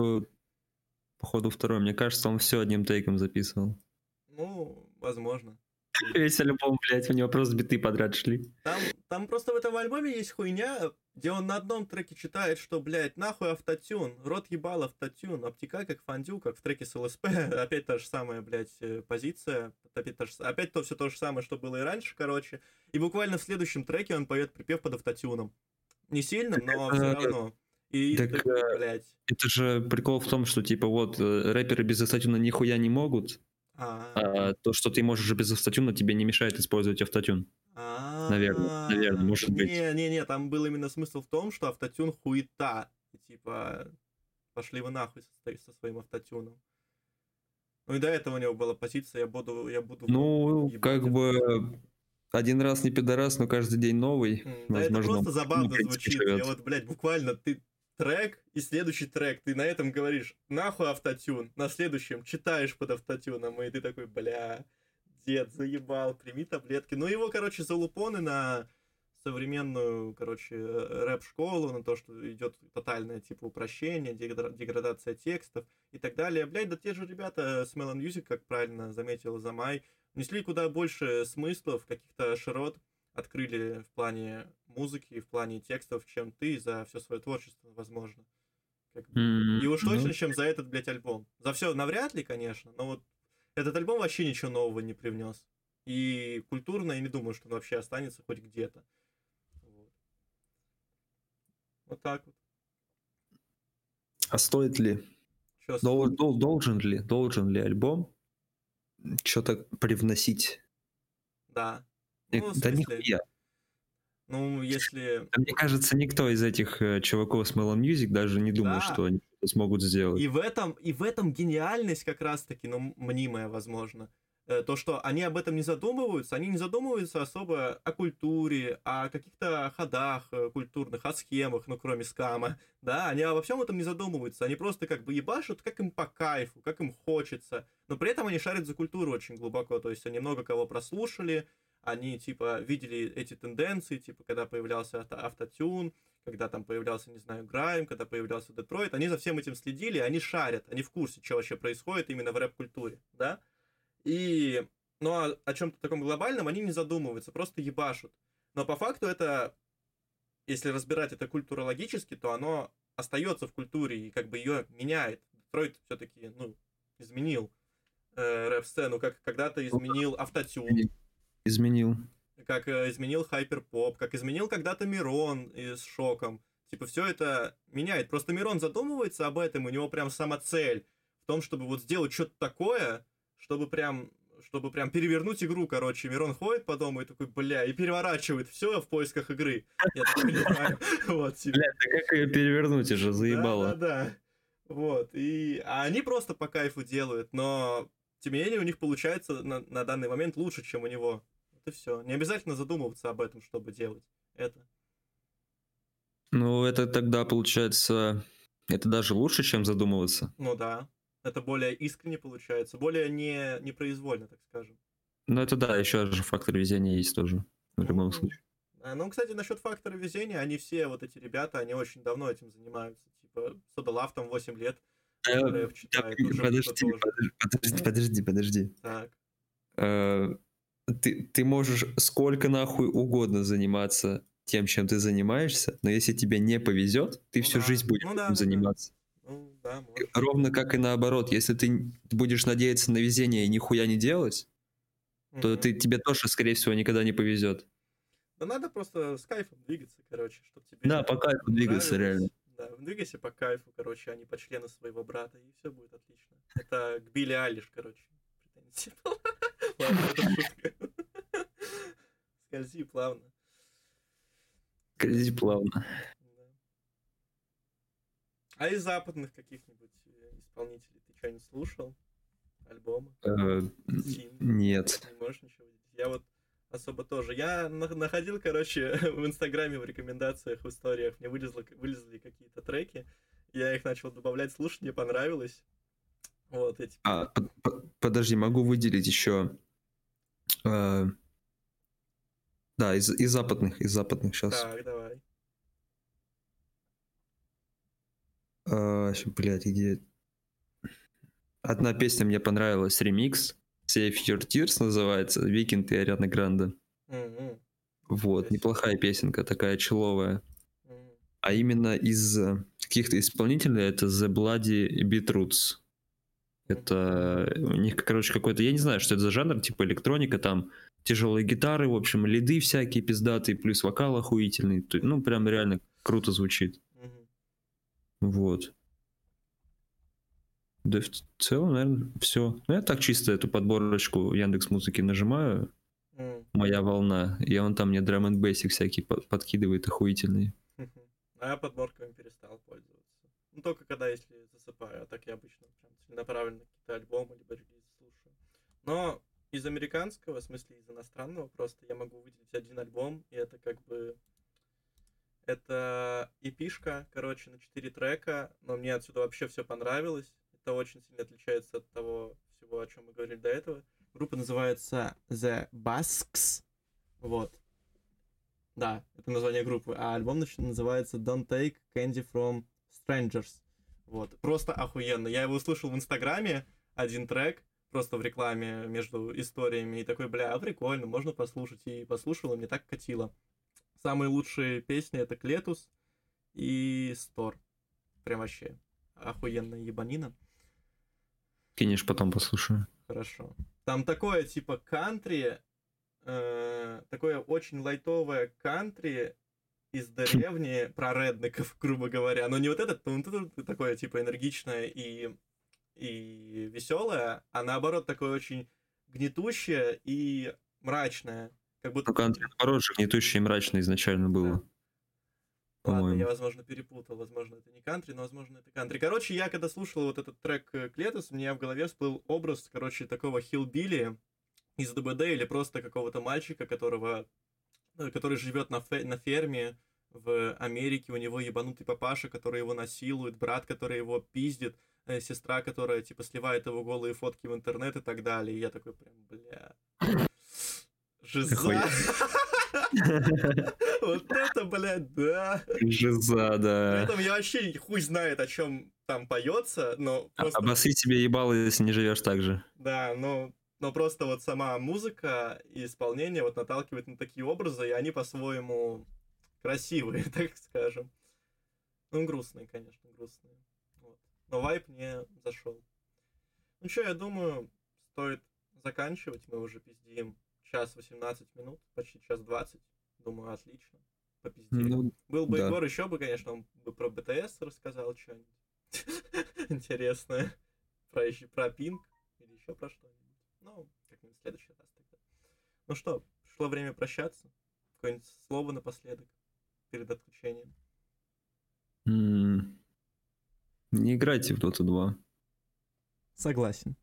Походу второй, мне кажется, он все одним тейком записывал. Ну, возможно. Весь альбом, блядь, у него просто биты подряд шли. Там просто в этом альбоме есть хуйня, где он на одном треке читает, что, блядь, нахуй автотюн, рот ебал автотюн, обтекай как фондю, как в треке с ЛСП, опять та же самая, блядь, позиция, опять все то же самое, что было и раньше, короче, и буквально в следующем треке он поет припев под автотюном. Не сильно, но все равно. И так, блядь. Это же прикол в том, что, типа, вот, рэперы без автотюна нихуя не могут, то, что ты можешь без автотюна, тебе не мешает использовать автотюн. Наверное, может быть. Не, там был именно смысл в том, что автотюн хуета. Типа, пошли вы нахуй со своим автотюном. Ну и до этого у него была позиция, я буду... Ну, как бы, один раз не пидорас, но каждый день новый. Да, это просто забавно звучит. Я вот, блядь, буквально ты трек и следующий трек, ты на этом говоришь нахуй автотюн, на следующем читаешь под автотюном, и ты такой, бля, дед, заебал, прими таблетки. Ну его, короче, залупоны на современную, короче, рэп-школу, на то, что идет тотальное, типа, упрощение, деградация текстов и так далее. Блядь, да те же ребята с Melon Music, как правильно заметил Замай, несли куда больше смыслов, каких-то широт открыли в плане музыки, в плане текстов, чем ты за все свое творчество, возможно. И уж точно, чем за этот, блядь, альбом. За все навряд ли, конечно, но вот этот альбом вообще ничего нового не привнес. И культурно я не думаю, что он вообще останется хоть где-то. Вот так вот. А стоит ли? Должен ли альбом что-то привносить? Да. Ну, да нихуя. Ну, если... Мне кажется, никто из этих чуваков с Melon Music даже не думал, что они что-то смогут сделать. И в этом гениальность как раз-таки, ну, мнимая, возможно. То, что они об этом не задумываются, они не задумываются особо о культуре, о каких-то ходах культурных, о схемах, ну, кроме скама, да, они обо всем этом не задумываются, они просто как бы ебашут, как им по кайфу, как им хочется, но при этом они шарят за культуру очень глубоко, то есть они много кого прослушали, они, типа, видели эти тенденции, типа, когда появлялся автотюн, когда там появлялся, не знаю, Грайм, когда появлялся Детройт, они за всем этим следили, они шарят, они в курсе, что вообще происходит именно в рэп-культуре, да? И, ну, о чем-то таком глобальном они не задумываются, просто ебашут. Но по факту это, если разбирать это культурологически, то оно остается в культуре и как бы ее меняет. Детройт все-таки, ну, изменил рэп-сцену, как когда-то изменил автотюн. Изменил. Как изменил хайперпоп, как изменил когда-то Мирон с Шоком. Типа все это меняет. Просто Мирон задумывается об этом, у него прям сама цель в том, чтобы вот сделать что-то такое, чтобы прям перевернуть игру, короче. Мирон ходит по дому и такой, бля, и переворачивает все в поисках игры. Я так понимаю. Вот, типа. Бля, да как ее перевернуть уже, заебало. Да. Вот. А они просто по кайфу делают, но тем не менее у них получается на данный момент лучше, чем у него Вот и все. Не обязательно задумываться об этом, чтобы делать это. Ну, это тогда получается, это даже лучше, чем задумываться. Ну да. Это более искренне получается, более непроизвольно, так скажем. Ну, это да, еще же фактор везения есть тоже, в любом случае. Ну, кстати, насчет фактора везения, они все, вот эти ребята, они очень давно этим занимаются. Типа, Содалав там 8 лет рэп читает. Подожди. Так. Ты можешь сколько нахуй угодно заниматься тем, чем ты занимаешься, но если тебе не повезет, ты всю жизнь будешь этим заниматься. Ну да, может. Ровно как и наоборот. Если ты будешь надеяться на везение и нихуя не делать, то тебе тоже, скорее всего, никогда не повезет. Да надо просто с кайфом двигаться, короче, чтобы тебе Да, по кайфу двигаться, реально. Да, двигайся по кайфу, короче, а не по члену своего брата, и все будет отлично. Это к Билли Айлиш, короче, претензии. Ладно, это шутка. Скользи плавно. Скользи плавно. А из западных каких-нибудь исполнителей ты что-нибудь слушал? Альбомы? Нет. Не можешь ничего видеть? Я вот особо тоже. Я находил, короче, в Инстаграме, в рекомендациях, в историях, мне вылезли какие-то треки, я их начал добавлять, слушать, мне понравилось. Вот эти. Подожди, могу выделить еще. Да, из западных сейчас. Так, давай. Блядь, где... Одна песня мне понравилась, ремикс. Save Your Tears называется, Weeknd и Ариана Гранде. Вот, неплохая песенка, такая человая. А именно из каких-то исполнителей это The Bloody Beetroots. Это у них, короче, какой-то, я не знаю, что это за жанр, типа электроника, там тяжелые гитары, в общем, лиды всякие пиздатые, плюс вокал охуительный. Ну, прям реально круто звучит. Вот. Да в целом, наверное, все. Ну, я так чисто эту подборочку в Яндекс.Музыке нажимаю. Моя волна. И он там мне драм н бейсик всякие подкидывает охуительные. А я подборками перестал пользоваться. Ну, только когда, если засыпаю. А так я обычно прям целенаправленно какие-то альбомы либо релизы слушаю. Но из американского, в смысле из иностранного, просто я могу выделить один альбом, и это как бы... Это эпишка, короче, на 4 трека, но мне отсюда вообще все понравилось. Это очень сильно отличается от того всего, о чем мы говорили до этого. Группа называется The Basques. Вот. Да, это название группы. А альбом называется Don't Take Candy From Strangers. Вот. Просто охуенно. Я его услышал в Инстаграме, один трек, просто в рекламе между историями. И такой, бля, прикольно, можно послушать. И послушал, и мне так катило. Самые лучшие песни это Клетус и Стор. Прям вообще охуенная ебанина. Кинешь, потом послушаю. Хорошо. Там такое типа кантри, такое очень лайтовое кантри из деревни про реднеков, грубо говоря. Но не вот этот, такое типа энергичное и веселое, а наоборот такое очень гнетущее и мрачное. Как будто... Ну, кантри, наоборот, же гнетущее и мрачное изначально было. Да. Ладно, я, возможно, перепутал. Возможно, это не кантри, но, возможно, это кантри. Короче, я когда слушал вот этот трек Клетус, у меня в голове всплыл образ, короче, такого хиллбилли из ДБД или просто какого-то мальчика, который живет на ферме в Америке, у него ебанутый папаша, который его насилует, брат, который его пиздит, сестра, которая, типа, сливает его голые фотки в интернет и так далее. И я такой прям, бля... Жиза! Вот это, блядь, да. Жиза, да. При этом я вообще хуй знает, о чем там поется, но просто... Обоси тебе ебало, если не живешь так же. Да, но просто вот сама музыка и исполнение вот наталкивает на такие образы, и они по-своему красивые, так скажем. Ну, грустные, конечно, грустные. Вот. Но вайб мне зашел. Ну что, я думаю, стоит заканчивать. Мы уже пиздим час 18 минут, почти час 20. Думаю, отлично. Попиздили. Ну, был бы Егор, еще бы, конечно, он бы про БТС рассказал что-нибудь интересное. Про Пинк или еще про что-нибудь. Ну, как-нибудь в следующий раз тогда. Ну что, пришло время прощаться. Какое-нибудь слово напоследок перед отключением. Не играйте в Dota 2. Согласен.